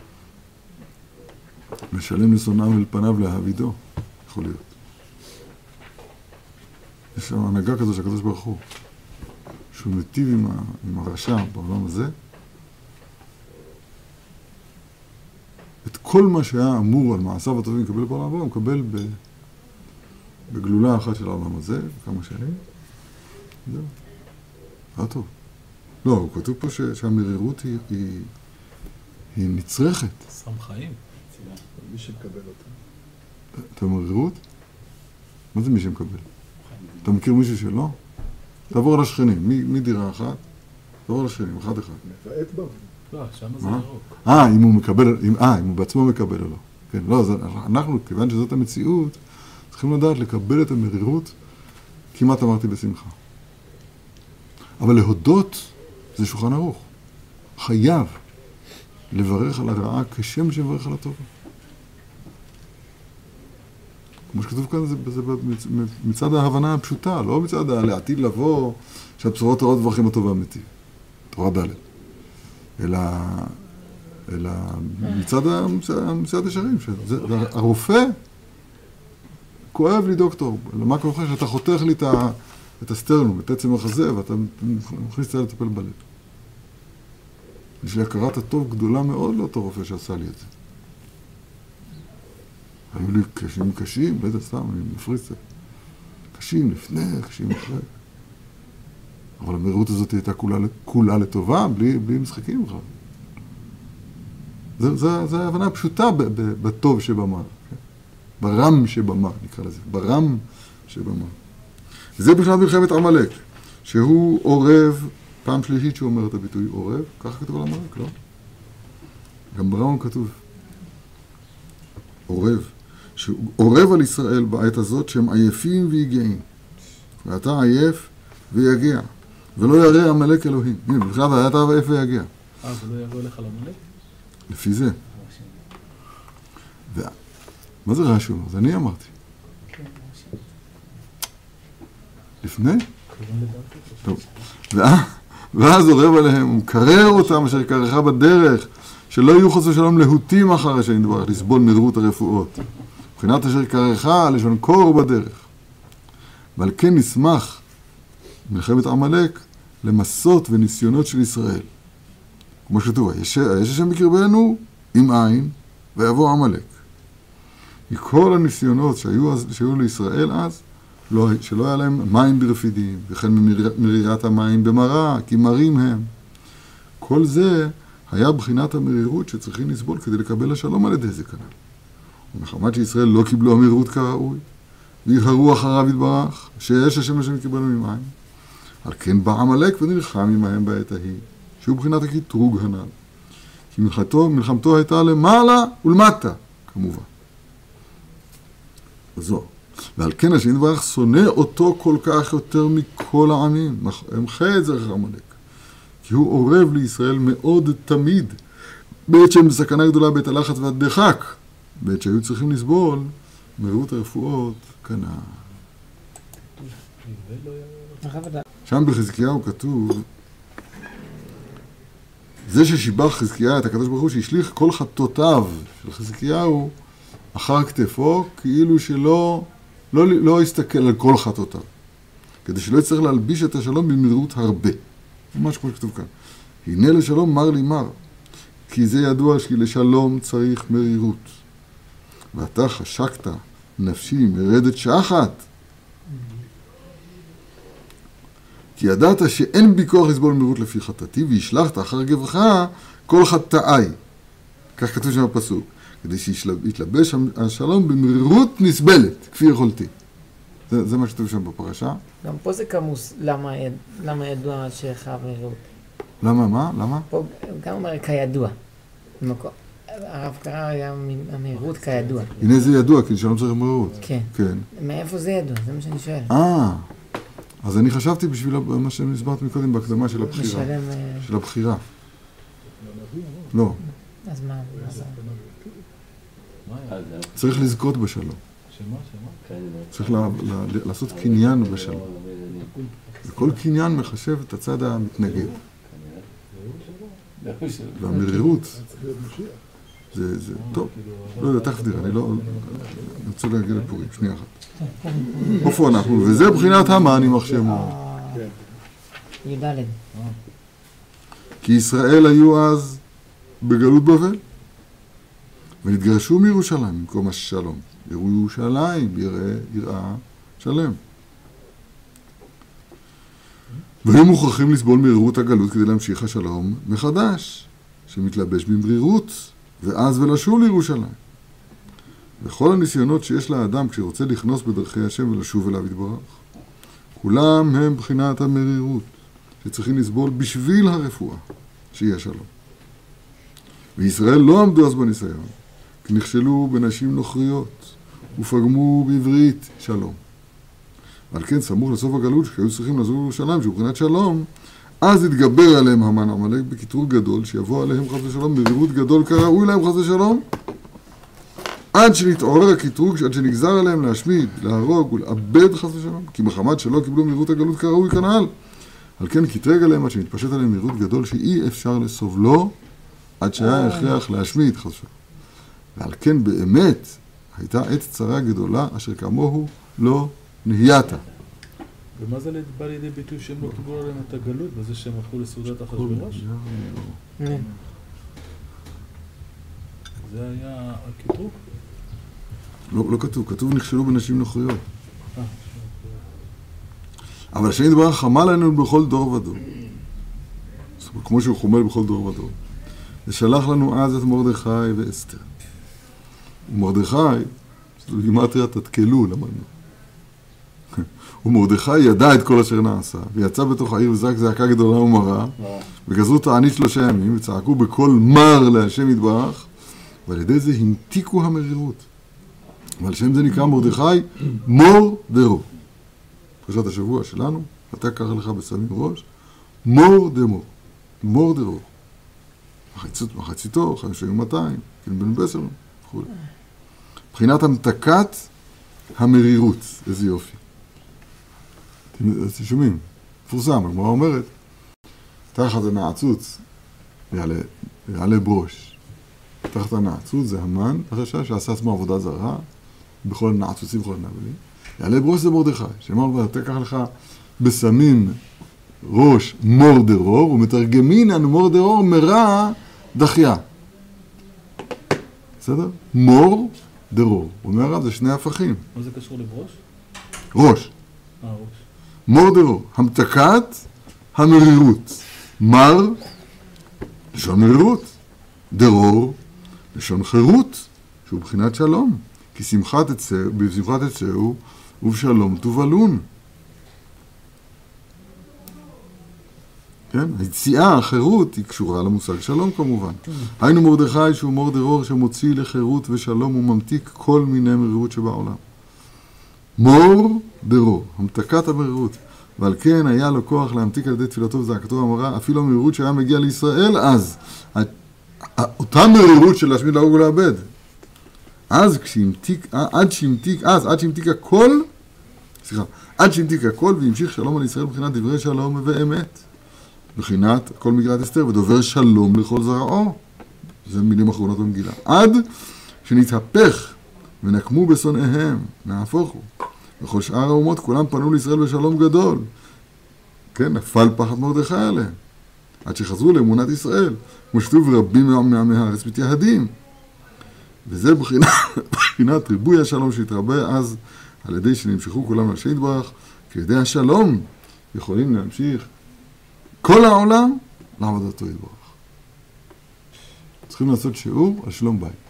משלם לשונאיו אל פניו להעבידו, יכול להיות. יש שם הנהגה כזו שהקדוש ברוך הוא. שהוא מיטיב עם הרשע בעולם הזה, את כל מה שהיה אמור על מעשיו הטובים לקבל בעולם הבא, הוא מקבל בגלולה אחת של העולם הזה, כמה שנים. זהו. היה טוב. לא, הוא כתוב פה שהמרירות היא נצרכת. סם חיים. מי שמקבל אותה. אתה מרירות? מה זה מי שמקבל? אתה מכיר מישהו שלא? תעבור על השכנים, מדירה אחת, תעבור על השכנים, אחד. מבעט בה. לא, שם זה ירוק. אם הוא מקבל, אם הוא בעצמו מקבל או לא. כן, לא, אנחנו, כיוון שזאת המציאות, צריכים לדעת לקבל את המרירות, כמעט אמרתי בשמחה. אבל להודות זה שולחן ערוך. חייב לברך על הרעה כשם שמברך על הטובה. כמו שכתוב כאן, זה מצד ההבנה הפשוטה, לא מצד לעתיד לבוא, שהבשורות הרעות דברכים הטובה אמיתי. תורה ד'. אלא מצד השרים. הרופא כואב לי דוקטור. למה כמובן שאתה חותך לי את הסטרנום, את עצם החזה, ואתה מכניס את זה לטפל בלב. יש לי הכרת הטוב גדולה מאוד לאותו רופא שעשה לי את זה. היו לי קשים, לא יודע סתם, אני מפריץ את זה. קשים לפני, קשים אחרי. אבל המרירות הזאת הייתה כולה לטובה, בלי משחקים בכלל. זו ההבנה הפשוטה בטוב שבמה. ברם שבמה, נקרא לזה. ברם שבמה. וזה בכלל מלחמת עמלק, שהוא עורב, פעם שלישית שהוא אומר את הביטוי עורב, ככה כתוב על עמלק, לא? גם ברם כתוב. עורב. שהוא עורב על ישראל בעת הזאת שהם עייפים ויגעים. ואתה עייף ויגע. ולא ירא עמלק אלוהים. הנה, בכלל אתה עייף ויגע. ולא יבוא לך לעמלק? לפי זה. מה זה רש"י? זה אני אמרתי. לפני? טוב. ואז עורב עליהם, הוא מקרר אותם אשר קררך בדרך, שלא יהיו חס ושלום להוטים אחר השם יתברך, לסבול מרירות הרפואות. מבחינת אשר קררך, לשון קור בדרך. ועל כן נשמח מלחמת עמלק למסות וניסיונות של ישראל. כמו שכתוב, יש השם בקרבנו עם עין, ויבוא עמלק. מכל הניסיונות שהיו לישראל אז, שלא היה להם מים ברפידים, וכן מרירת המים במרה, כי מרים הם. כל זה היה בחינת המרירות שצריכים לסבול כדי לקבל השלום על ידי זה כנראה. ומחמת שישראל לא קיבלו המרירות כראוי, ויחרו אחריו יתברך, שיש השם קיבלנו ממים. על כן בא עמלק ונלחם עמהם בעת ההיא, שהוא בחינת הקטרוג הנ"ל. כי מלחמתו הייתה למעלה ולמטה, כמובן. זו. ועל כן השם יתברך שונא אותו כל כך יותר מכל העמים, המחה את זרח עמלק. כי הוא עורב לישראל מאוד תמיד, בעת שהם בסכנה גדולה, בעת הלחץ והדחק, בעת שהיו צריכים לסבול מרירות הרפואות כנ"ל. שם בחזקיהו כתוב, זה ששיבח חזקיהו את הקדוש ברוך הוא, שהשליך כל חטאותיו של חזקיהו אחר כתפו, כאילו שלא לא יסתכל על כל חטאותיו, כדי שלא יצטרך להלביש את השלום במהירות הרבה. ממש כמו שכתוב כאן. הנה לשלום מר לי מר, כי זה ידוע שלשלום צריך מרירות. ואתה חשקת נפשי מרדת שחת, כי ידעת שאין בי כוח לסבול מרירות לפי חטאתי, והשלחת אחר גברך כל חטאי. כך כתוב שם בפסוק. כדי שיתלבש השלום במרירות נסבלת, כפי יכולתי. זה מה שכתוב שם בפרשה. גם פה זה כמוס, למה ידוע שחייב מרירות? למה, מה? למה? פה גם אומר כידוע. הרב קרא היה המהירות כידוע. הנה זה ידוע, כי שלום צריך מרירות. כן. כן. מאיפה זה ידוע? זה מה שאני שואל. אז אני חשבתי בשביל מה שהסברתי מקודם בהקדמה של הבחירה. של הבחירה. לא. אז מה זה? צריך לזכות בשלום. צריך לעשות קניין בשלום. וכל קניין מחשב את הצד המתנגד. והמרירות, זה טוב. לא יודע, תכף תראה, אני לא רוצה להגיע לפורים, שנייה אחת. איפה אנחנו? וזה בחינת המן עם מחשמו. י"ד. כי ישראל היו אז בגלות בבל, ונתגרשו מירושלים במקום השלום. ירושלים יראה שלם. והיו מוכרחים לסבול מרירות הגלות כדי להמשיך השלום מחדש, שמתלבש במרירות, ואז ולשוב לירושלים. וכל הניסיונות שיש לאדם כשרוצה לכנוס בדרכי השם ולשוב אליו יתברך, כולם הם בחינת המרירות, שצריכים לסבול בשביל הרפואה, שיהיה שלום. וישראל לא עמדו אז בניסיון, כי נכשלו בנשים נוכריות, ופגמו בעברית שלום. ועל כן, סמוך לסוף הגלות, שהיו צריכים לעזור לירושלים, שהוא בחינת שלום, אז התגבר עליהם המן עמלק בקטרוג גדול, שיבוא עליהם חס ושלום במרירות גדול כראוי להם חס ושלום, עד שנתעורר הקטרוג, עד שנגזר עליהם להשמיד, להרוג ולאבד חס ושלום, כי מחמת שלא קיבלו מרירות הגלות כראוי כנעל. על כן קטרג עליהם עד שנתפשט עליהם מרירות גדול שאי אפשר לסובלו, עד שהיה הכרח להשמיד חס ושלום. ועל כן באמת הייתה עת צרה גדולה אשר כמוהו לא נהייתה. ומה זה בא לידי ביטוי שהם לא קיבלו עליהם את הגלות, בזה שהם הלכו לסעודת אחשוורוש? זה היה הקטרוג? לא כתוב, כתוב נכשלו בנשים נוכריות. אבל השם יתברך חמל עלינו בכל דור ודור. כמו שהוא חומל בכל דור ודור. ושלח לנו אז את מרדכי ואסתר. ומרדכי, זו גימטריה תתקלו, למדנו. ומרדכי ידע את כל אשר נעשה, ויצא בתוך העיר וזעק זעקה גדולה ומרה, וגזרו תענית 3 ימים, וצעקו בקול מר להשם יתברך, ועל ידי זה המתיקו המרירות. ועל שם זה נקרא מרדכי מור דרור. פרשת השבוע שלנו, אתה ככה לך בשמים ראש, מור דמור, מור דרור. מחציתו, 5200, כן בן בסר, וכו'. מבחינת המתקת המרירות, איזה יופי. אתם שומעים, מפורסם, הגמרא אומרת, תחת הנעצוץ יעלה ברוש. תחת הנעצוץ זה המן, החשש שעשה עצמו עבודה זרה, בכל הנעצוצים, בכל הנבלים. יעלה ברוש זה מרדכי, שאמר, תקח לך בסמים ראש מור דרור, ומתרגמינן מור דרור מרע דחיה. בסדר? מור דרור. אומר הרב, זה 2 הפכים. מה זה קשור לברוש? ראש. ראש. מור דרור. המתקת המרירות. מר, לשון מרירות. דרור, לשון חירות, שהוא בחינת שלום. כי בשמחת תצאו ובשלום תובלון. כן? היציאה, החירות, היא קשורה למושג שלום כמובן. היינו מרדכי שהוא מור דרור שמוציא לחירות ושלום וממתיק כל מיני מרירות שבעולם. מור דרור, המתקת המרירות. ועל כן היה לו כוח להמתיק על ידי תפילתו וזעקתו המרה, אפילו המרירות שהיה מגיע לישראל אז. אותה מרירות של להשמיד, להרוג ולאבד. עד שהמתיק הכל והמשיך שלום על ישראל מבחינת דברי שלום ואמת. מבחינת כל מגילת אסתר, ודובר שלום לכל זרעו. זה מילים אחרונות במגילה. עד שנתהפך ונקמו בשונאיהם, נהפוך הוא. וכל שאר האומות כולם פנו לישראל בשלום גדול. כן, נפל פחד מרדכי עליהם. עד שחזרו לאמונת ישראל. כמו שכתוב רבים מעמי הארץ מתייהדים. וזה בחינת ריבוי השלום שהתרבה אז על ידי שנמשכו כולם לשם יתברך, כי ידי השלום יכולים להמשיך כל העולם לעבודתו יתברך. צריכים לעשות שיעור על שלום בית.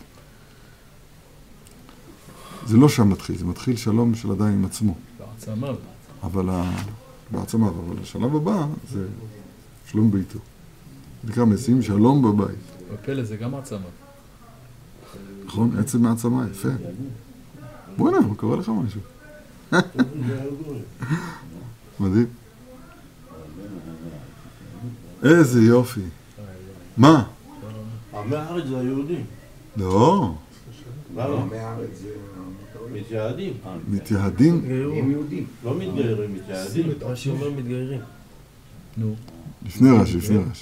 זה לא שם מתחיל, זה מתחיל שלום של אדם עם עצמו. בעצמיו. בעצמיו, אבל השלב הבא זה שלום ביתו. זה נקרא משים שלום בבית. בפלא זה גם העצמה. נכון? עצם מעצמה, יפה. בוא'נה, הוא קורא לך משהו. מדהים. איזה יופי. מה? עמי הארץ זה היהודים. לא. למה? מתייהדים. מתייהדים? הם יהודים. לא מתגיירים, מתייהדים. רש"י אומר מתגיירים. נו. לפני רש"י.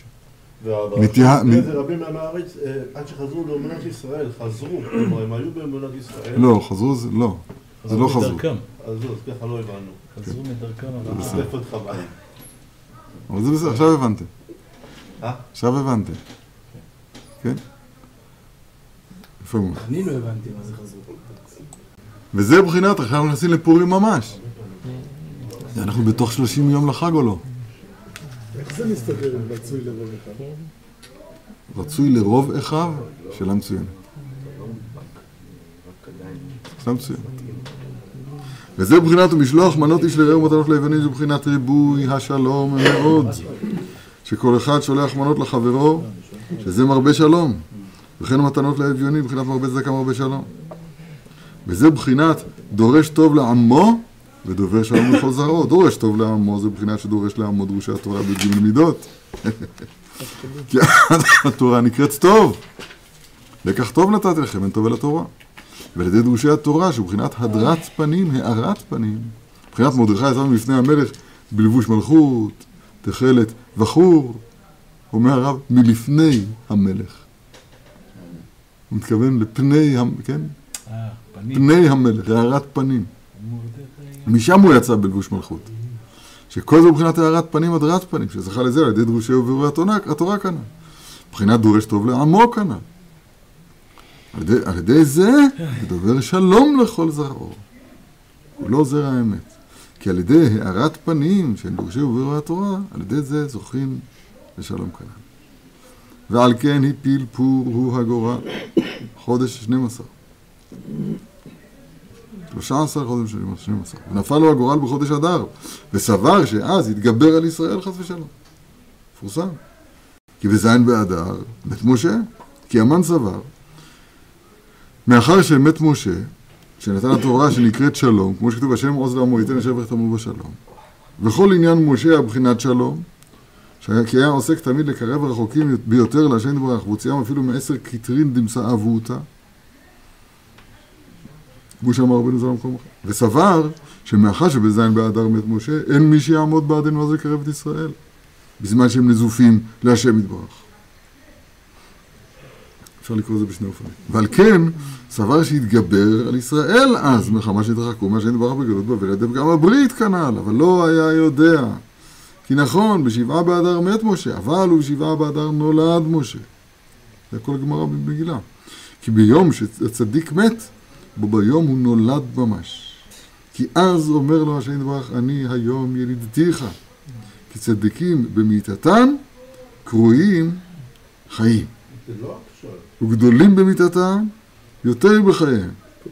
זה רבים מעמי הארץ, עד שחזרו לאמונת ישראל, חזרו. כלומר, הם היו באמונת ישראל. לא, חזרו זה לא. זה לא חזרו. מדרכם. אז ככה לא הבנו. חזרו מדרכם. עטף אותך בעיה. אבל זה בסדר, עכשיו הבנתם. עכשיו הבנתם. כן? יפה מאוד. אני לא הבנתי מה זה חזרו. וזה בחינת, עכשיו אנחנו נכנסים לפורים ממש. אנחנו בתוך 30 יום לחג או לא? איך זה מסתדר עם רצוי לרוב אחד? רצוי לרוב אחיו, שאלה מצוינת. שאלה מצוינת. וזה בחינת ומשלוח מנות איש לרעהו מתנות ליוונים, זה בחינת ריבוי השלום מאוד. שכל אחד שולח מנות לחברו, שזה מרבה שלום. וכן המתנות לאביונים, בחינת מרבה צדקה מרבה שלום. וזה בחינת דורש טוב לעמו, ודובר שלום לכל זרעו. דורש טוב לעמו, זה בחינת שדורש לעמו דרושי התורה בג' מידות. כי התורה נקראת טוב. לקח טוב נתתי לכם, אין טוב אל התורה. ועל ידי דרושי התורה, שהוא בחינת הדרת פנים, הארת פנים. בחינת מרדכי יצא מלפני המלך בלבוש מלכות, תכלת בחור, אומר הרב, מלפני המלך. הוא מתכוון לפני, כן? פני המלך, הארת פנים. משם הוא יצא בלבוש מלכות. שכל זה בחינת הארת פנים, הדרת פנים, שזכה לזה על ידי דרושי ובירורי התורה כנ"ל. בחינת דורש טוב לעמו כנ"ל. על ידי זה מדבר שלום לכל זרעו. הוא לא זרע האמת. כי על ידי הארת פנים של דורשי ובירורי התורה, על ידי זה זוכים לשלום כנ"ל. ועל כן הפיל פור הוא הגורל, חודש 12. 13 חודש 12. ונפל לו הגורל בחודש אדר, וסבר שאז יתגבר על ישראל חס ושלום. פורסם. כי בזין באדר מת משה, כי המן סבר, מאחר שמת משה, שנתן התורה שנקראת שלום, כמו שכתוב השם עוז לעמו ייתן אשר יחתמו בשלום, וכל עניין משה הבחינת שלום, כי היה עוסק תמיד לקרב רחוקים ביותר להשם יתברך, והוציאם אפילו מ10 קטרין דמסה אבותה, כמו שאמר רבנו ז"ל במקום אחר. וסבר שמאחר שבזין באדר מת משה, אין מי שיעמוד בעדנו אז לקרב את ישראל, בזמן שהם נזופים להשם יתברך. אפשר לקרוא את זה בשני אופנים. ועל כן, סבר שהתגבר על ישראל אז, מחמה שהתרחקו מהשם יתברך בגלות בבל, ידי פגם הברית כנ"ל, אבל לא היה יודע. כי נכון, בשבעה באדר מת משה, אבל הוא בשבעה באדר נולד משה. זה כל הגמרא במגילה. כי ביום שהצדיק מת, בו ביום הוא נולד ממש. כי אז אומר לו השם יתברך, אני היום ילידתיך. כי צדיקים במיתתם קרויים חיים. וגדולים במיתתם יותר בחייהם.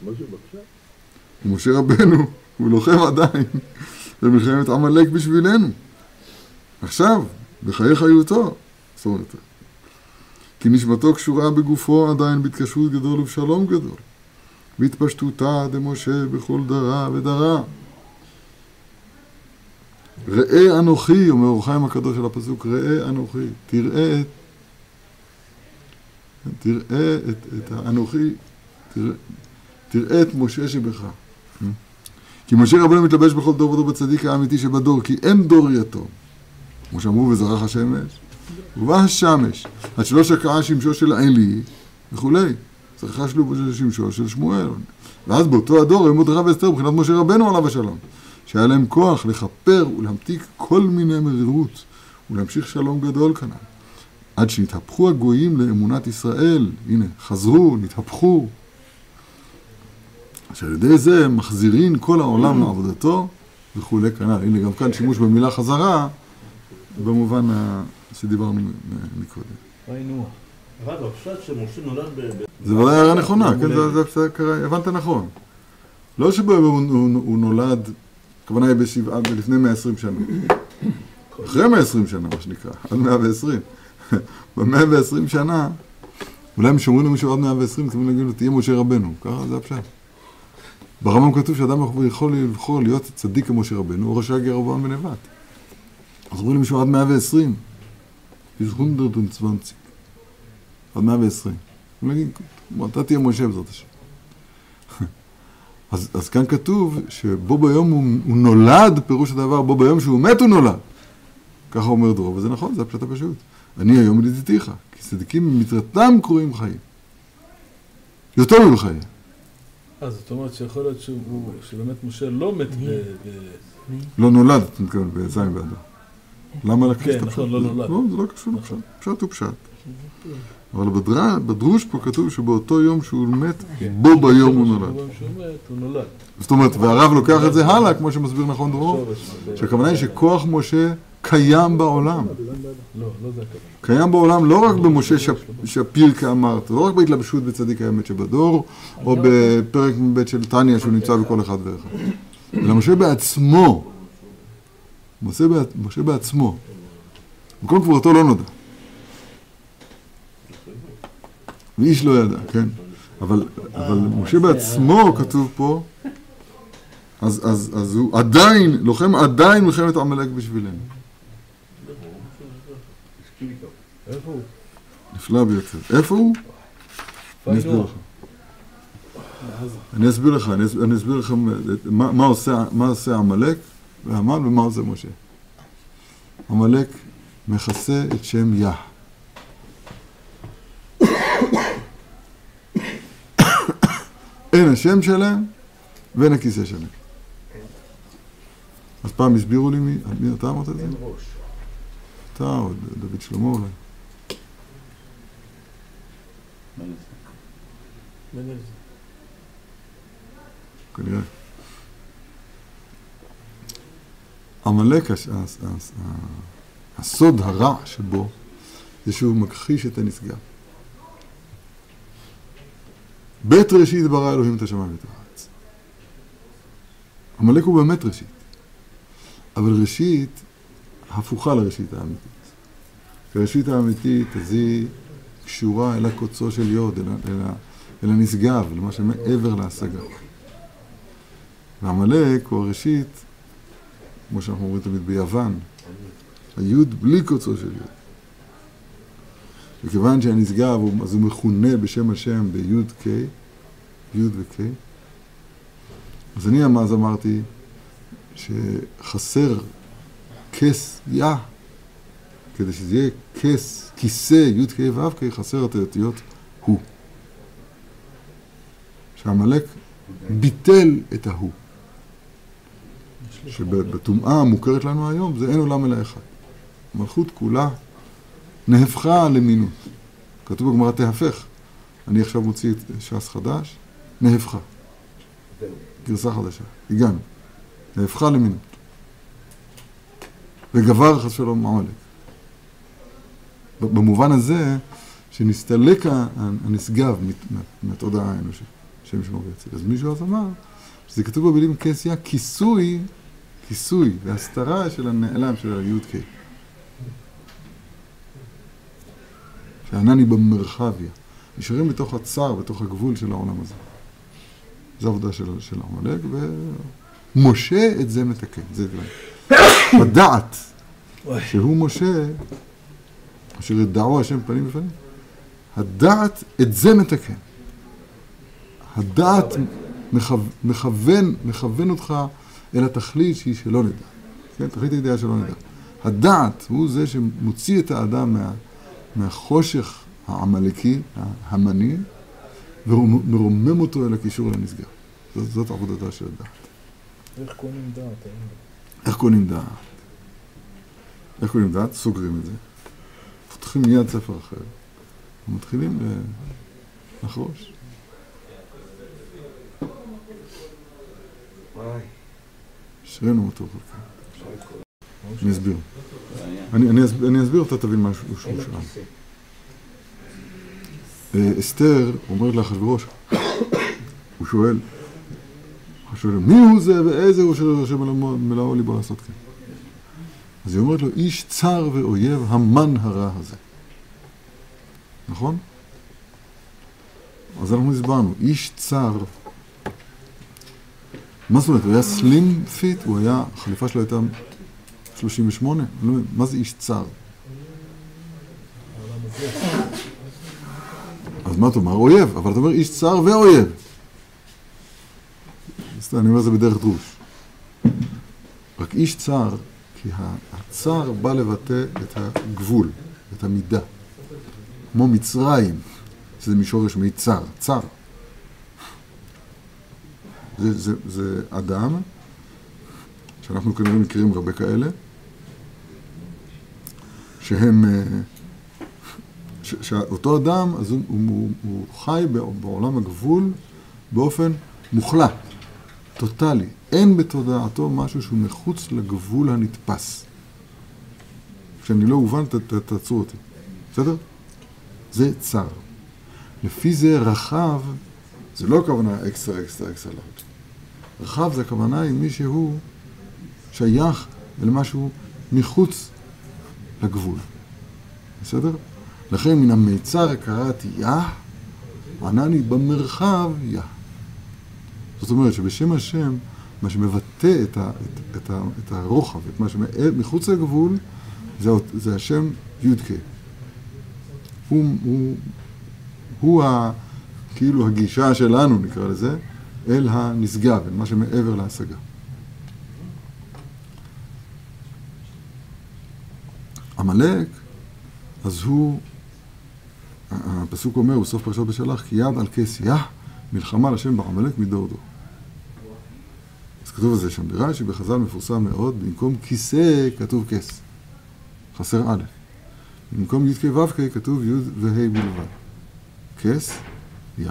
ומשה רבנו הוא לוחם עדיין במלחמת עמלק בשבילנו. עכשיו, בחיי חיותו, זאת אומרת, כי נשמתו קשורה בגופו עדיין בהתקשרות גדול ובשלום גדול. בהתפשטותה דמשה בכל דרה ודרה. ראה אנוכי, אומר אור חיים הקדוש של הפסוק, ראה אנוכי, תראה את האנוכי, תראה את משה שבך. כי משה רבנו מתלבש בכל דור ודור בצדיק האמיתי שבדור, כי אין דור יתום. כמו שאמרו וזרח השמש, ובא השמש, עד שלא שקעה שמשו של עלי וכולי. צריכה שלו שמשו של שמואל. ואז באותו הדור, הם מרדכי ואסתר, מבחינת משה רבנו עליו השלום, שהיה להם כוח לכפר ולהמתיק כל מיני מרירות, ולהמשיך שלום גדול כנ"ל. עד שנתהפכו הגויים לאמונת ישראל, הנה, חזרו, נתהפכו. שעל ידי זה מחזירים כל העולם לעבודתו וכולי כנ"ל. הנה, גם כאן שימוש במילה חזרה, במובן שדיברנו מקודם. ראינו. אבל הפשט שמשה נולד זה ודאי הערה נכונה, כן, זה קרה, הבנת נכון. לא שהוא נולד, הכוונה היא לפני 120 שנה. אחרי 120 שנה, מה שנקרא, עד 120. ב-120 שנה, אולי הם שומרים למישהו עד 120, כמובן להגיד לו, תהיה משה רבנו, ככה זה הפשט. ברמב"ם כתוב שאדם יכול לבחור להיות צדיק כמשה רבנו, או רשע ירבעם בן נבט. אז אומרים למישהו עד 120. יש 120. עד 120. הוא להגיד, אתה תהיה משה בעזרת השם. אז כאן כתוב שבו ביום הוא נולד, פירוש הדבר, בו ביום שהוא מת הוא נולד. ככה אומר דרור, וזה נכון, זה הפשט הפשוט. אני היום ילידתיך, כי צדיקים ממטרתם קרויים חיים. יותר מבחיים. זאת אומרת שיכול להיות שבאמת משה לא מת לא נולד, אתה מתכוון, בזין באדר. למה לקחת כן, את הפשט? נכון, לא נולד. לא, זה לא קשור לפשט. פשט הוא פשט. אבל בדרוש פה כתוב שבאותו יום שהוא מת, בו ביום הוא נולד. ביום שהוא מת, הוא נולד. זאת אומרת, והרב לוקח את זה הלאה, כמו שמסביר נכון דרור, שהכוונה היא שכוח משה קיים בעולם. לא זה הכוונה. קיים בעולם לא רק במשה שפיר כאמרת, לא רק בהתלבשות בצדיק האמת שבדור, או בפרק מבית של תניה שהוא נמצא בכל אחד ואחד. אלא משה בעצמו, משה בעצמו, מקום קבורתו לא נודע. ואיש לא ידע, כן? אבל משה בעצמו כתוב פה, אז הוא עדיין, לוחם עדיין מלחמת עמלק בשבילנו. איפה הוא? נפלא ביותר. איפה הוא? אני אסביר לך. אני אסביר לך מה עושה עמלק והמן ומה עושה משה. עמלק מכסה את שם יה. אין השם שלהם ואין הכיסא שלהם. אז פעם הסבירו לי מי אתה אמרת את זה? אתה או דוד שלמה אולי. כנראה. עמלק, הסוד הרע שבו זה שהוא מכחיש את הנשגב. בית ראשית ברא אלוהים את השמיים ואת הארץ. עמלק הוא באמת ראשית. אבל ראשית הפוכה לראשית האמיתית. הראשית האמיתית אז היא קשורה אל הקוצו של יוד, אל הנשגב, למה שמעבר להשגה. ועמלק הוא הראשית, כמו שאנחנו אומרים תמיד ביוון, היוד בלי קוצו של יוד. וכיוון שהנשגב אז הוא מכונה בשם השם ביוד קי, יוד וקי, אז אני אז אמרתי שחסר כס יא, כדי שזה יהיה כס, כיסא, יוד קי ואב קי, חסר את האותיות הוא. שהעמלק ביטל את ההוא. שבטומאה המוכרת לנו היום זה אין עולם אלא אחד. המלכות כולה נהפכה למינות. כתוב בגמרא תהפך. אני עכשיו מוציא את ש"ס חדש, נהפכה. גרסה חדשה. הגענו. נהפכה למינות. וגבר חס ושלום עמלק. במובן הזה שנסתלק הנשגב מהתודעה האנושית. שם ישמור ויציל. אז מישהו אז אמר שזה כתוב במילים כס יא, כיסוי והסתרה של הנעלם של היוד קי. שענני במרחביה. נשארים בתוך הצר, בתוך הגבול של העולם הזה. זו עבודה של עמלק, ומשה את זה מתקן. זה דבר. בדעת שהוא משה, אשר ידעו השם פנים בפנים, הדעת את זה מתקן. הדעת מכוון אותך אל התכלית שהיא שלא נדע. כן? תכלית הידיעה שלא נדע. הדעת הוא זה שמוציא את האדם מהחושך העמלקי, המני, ומרומם אותו אל הקישור לנשגב. זאת עבודתה של הדעת. איך קונים דעת? איך קונים דעת? איך קונים דעת? סוגרים את זה. פותחים מיד ספר אחר. ומתחילים לחרוש. שרנו אותו חלקה. אני אסביר. אני אסביר אותה, תבין משהו שהוא שאל. אסתר אומרת לאחשוורוש, הוא שואל, מי הוא זה ואיזה הוא שמלאו ליבו לעשות כן? אז היא אומרת לו, איש צר ואויב המן הרע הזה. נכון? אז אנחנו הסברנו, איש צר, מה זאת אומרת? הוא היה סלים פיט, החליפה שלו הייתה 38? מה זה איש צר? אז מה אתה אומר? אויב, אבל אתה אומר איש צר ואויב. אני אומר זה בדרך דרוש. רק איש צר, כי הצר בא לבטא את הגבול, את המידה. כמו מצרים, שזה משורש מיצר, צר. זה אדם, שאנחנו כנראה מכירים הרבה כאלה, שהם, שאותו אדם, אז הוא חי בעולם הגבול באופן מוחלט, טוטלי. אין בתודעתו משהו שהוא מחוץ לגבול הנתפס. כשאני לא הובן, תעצרו אותי. בסדר? זה צר. לפי זה רחב, זה לא הכוונה אקסטרה לארג'. רחב זה הכוונה עם מישהו שייך למשהו מחוץ לגבול. בסדר? לכן מן המיצר קראתי יה, ענני במרחב יה. זאת אומרת שבשם השם, מה שמבטא את הרוחב, את מה שמחוץ לגבול, זה השם יודקה. הוא כאילו הגישה שלנו, נקרא לזה, אל הנשגב, אל מה שמעבר להשגה. עמלק, אז הוא, הפסוק אומר, בסוף פרשת בשלח, כי יד על כס יה, מלחמה לשם בעמלק מדור דור. אז כתוב על זה שם ברש"י, בחז"ל מפורסם מאוד, במקום כיסא כתוב כס. חסר א'. במקום י' כ' ו' כ' כתוב י' וה' בלבד. כס, יה.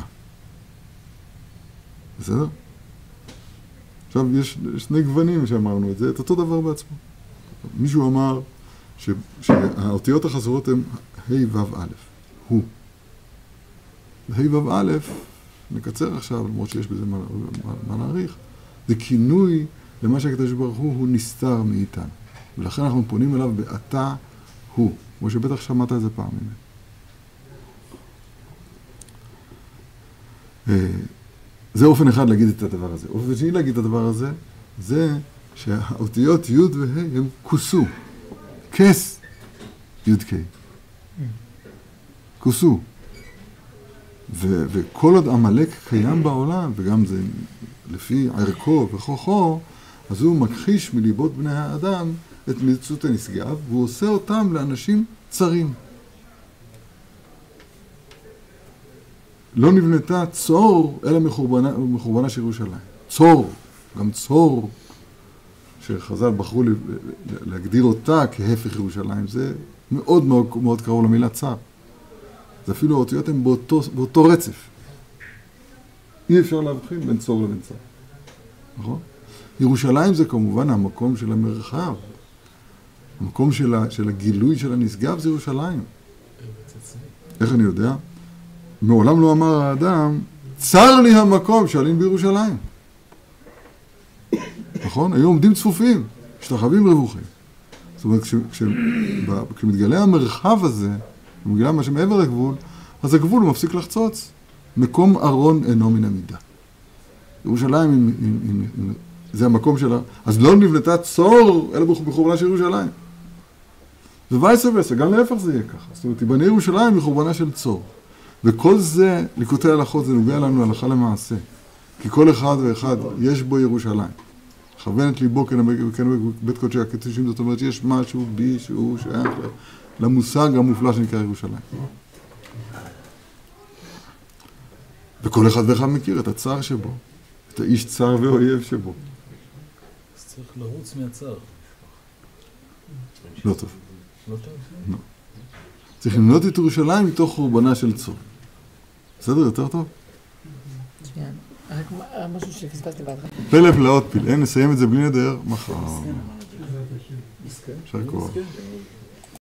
בסדר? עכשיו יש שני גוונים שאמרנו את זה, את אותו דבר בעצמו. מישהו אמר שהאותיות החסרות הן ה' ו' א', הוא. ה' ו' א', נקצר עכשיו, למרות שיש בזה מה להעריך, זה כינוי למה שהקדוש ברוך הוא נסתר מאיתנו. ולכן אנחנו פונים אליו באתה הוא, כמו שבטח שמעת את זה פעמים. זה אופן אחד להגיד את הדבר הזה. אופן שני להגיד את הדבר הזה, זה שהאותיות י' וה' הם כוסו. כס י' כ'. כוסו. וכל עוד עמלק קיים בעולם, וגם זה לפי ערכו וכוחו, אז הוא מכחיש מליבות בני האדם את מציאות הנשגב, והוא עושה אותם לאנשים צרים. לא נבנתה צור אלא מחורבנה של ירושלים. צור, גם צור, שחז"ל בחרו להגדיר אותה כהפך ירושלים, זה מאוד מאוד, מאוד קרוב למילה צר. זה אפילו האותיות הן באותו רצף. אי אפשר להבחין בין צור לבין צר. נכון? ירושלים זה כמובן המקום של המרחב. המקום של הגילוי של הנשגב זה ירושלים. איך אני יודע? מעולם לא אמר האדם, צר לי המקום שעלים בירושלים. נכון? היו עומדים צפופים, משתחווים רווחים. זאת אומרת, כשמתגלה המרחב הזה, כשמתגלה מה שמעבר לגבול, אז הגבול הוא מפסיק לחצוץ. מקום ארון אינו מן המידה. ירושלים זה המקום שלה. אז לא נבנתה צור, אלא בחורבנה של ירושלים. ווייס וסה, גם להפך זה יהיה ככה. זאת אומרת, תיבנה ירושלים בחורבנה של צור. וכל זה, ליקוטי הלכות, זה נוגע לנו הלכה למעשה. כי כל אחד ואחד יש בו ירושלים. כוון את ליבו בית קודשי הקדושים, זאת אומרת שיש משהו בי שהוא שייך למושג המופלא שנקרא ירושלים. וכל אחד ואחד מכיר את הצער שבו, את האיש צער ואויב שבו. אז צריך לרוץ מהצער. לא טוב. לא טוב? לא. צריך למנות את ירושלים מתוך חורבנה של צור. בסדר? יותר טוב? שנייה. רק משהו שפספסתי בהתחלה. פלא פלאות פלאי, נסיים את זה בלי נדר מחר. אפשר לקרוא.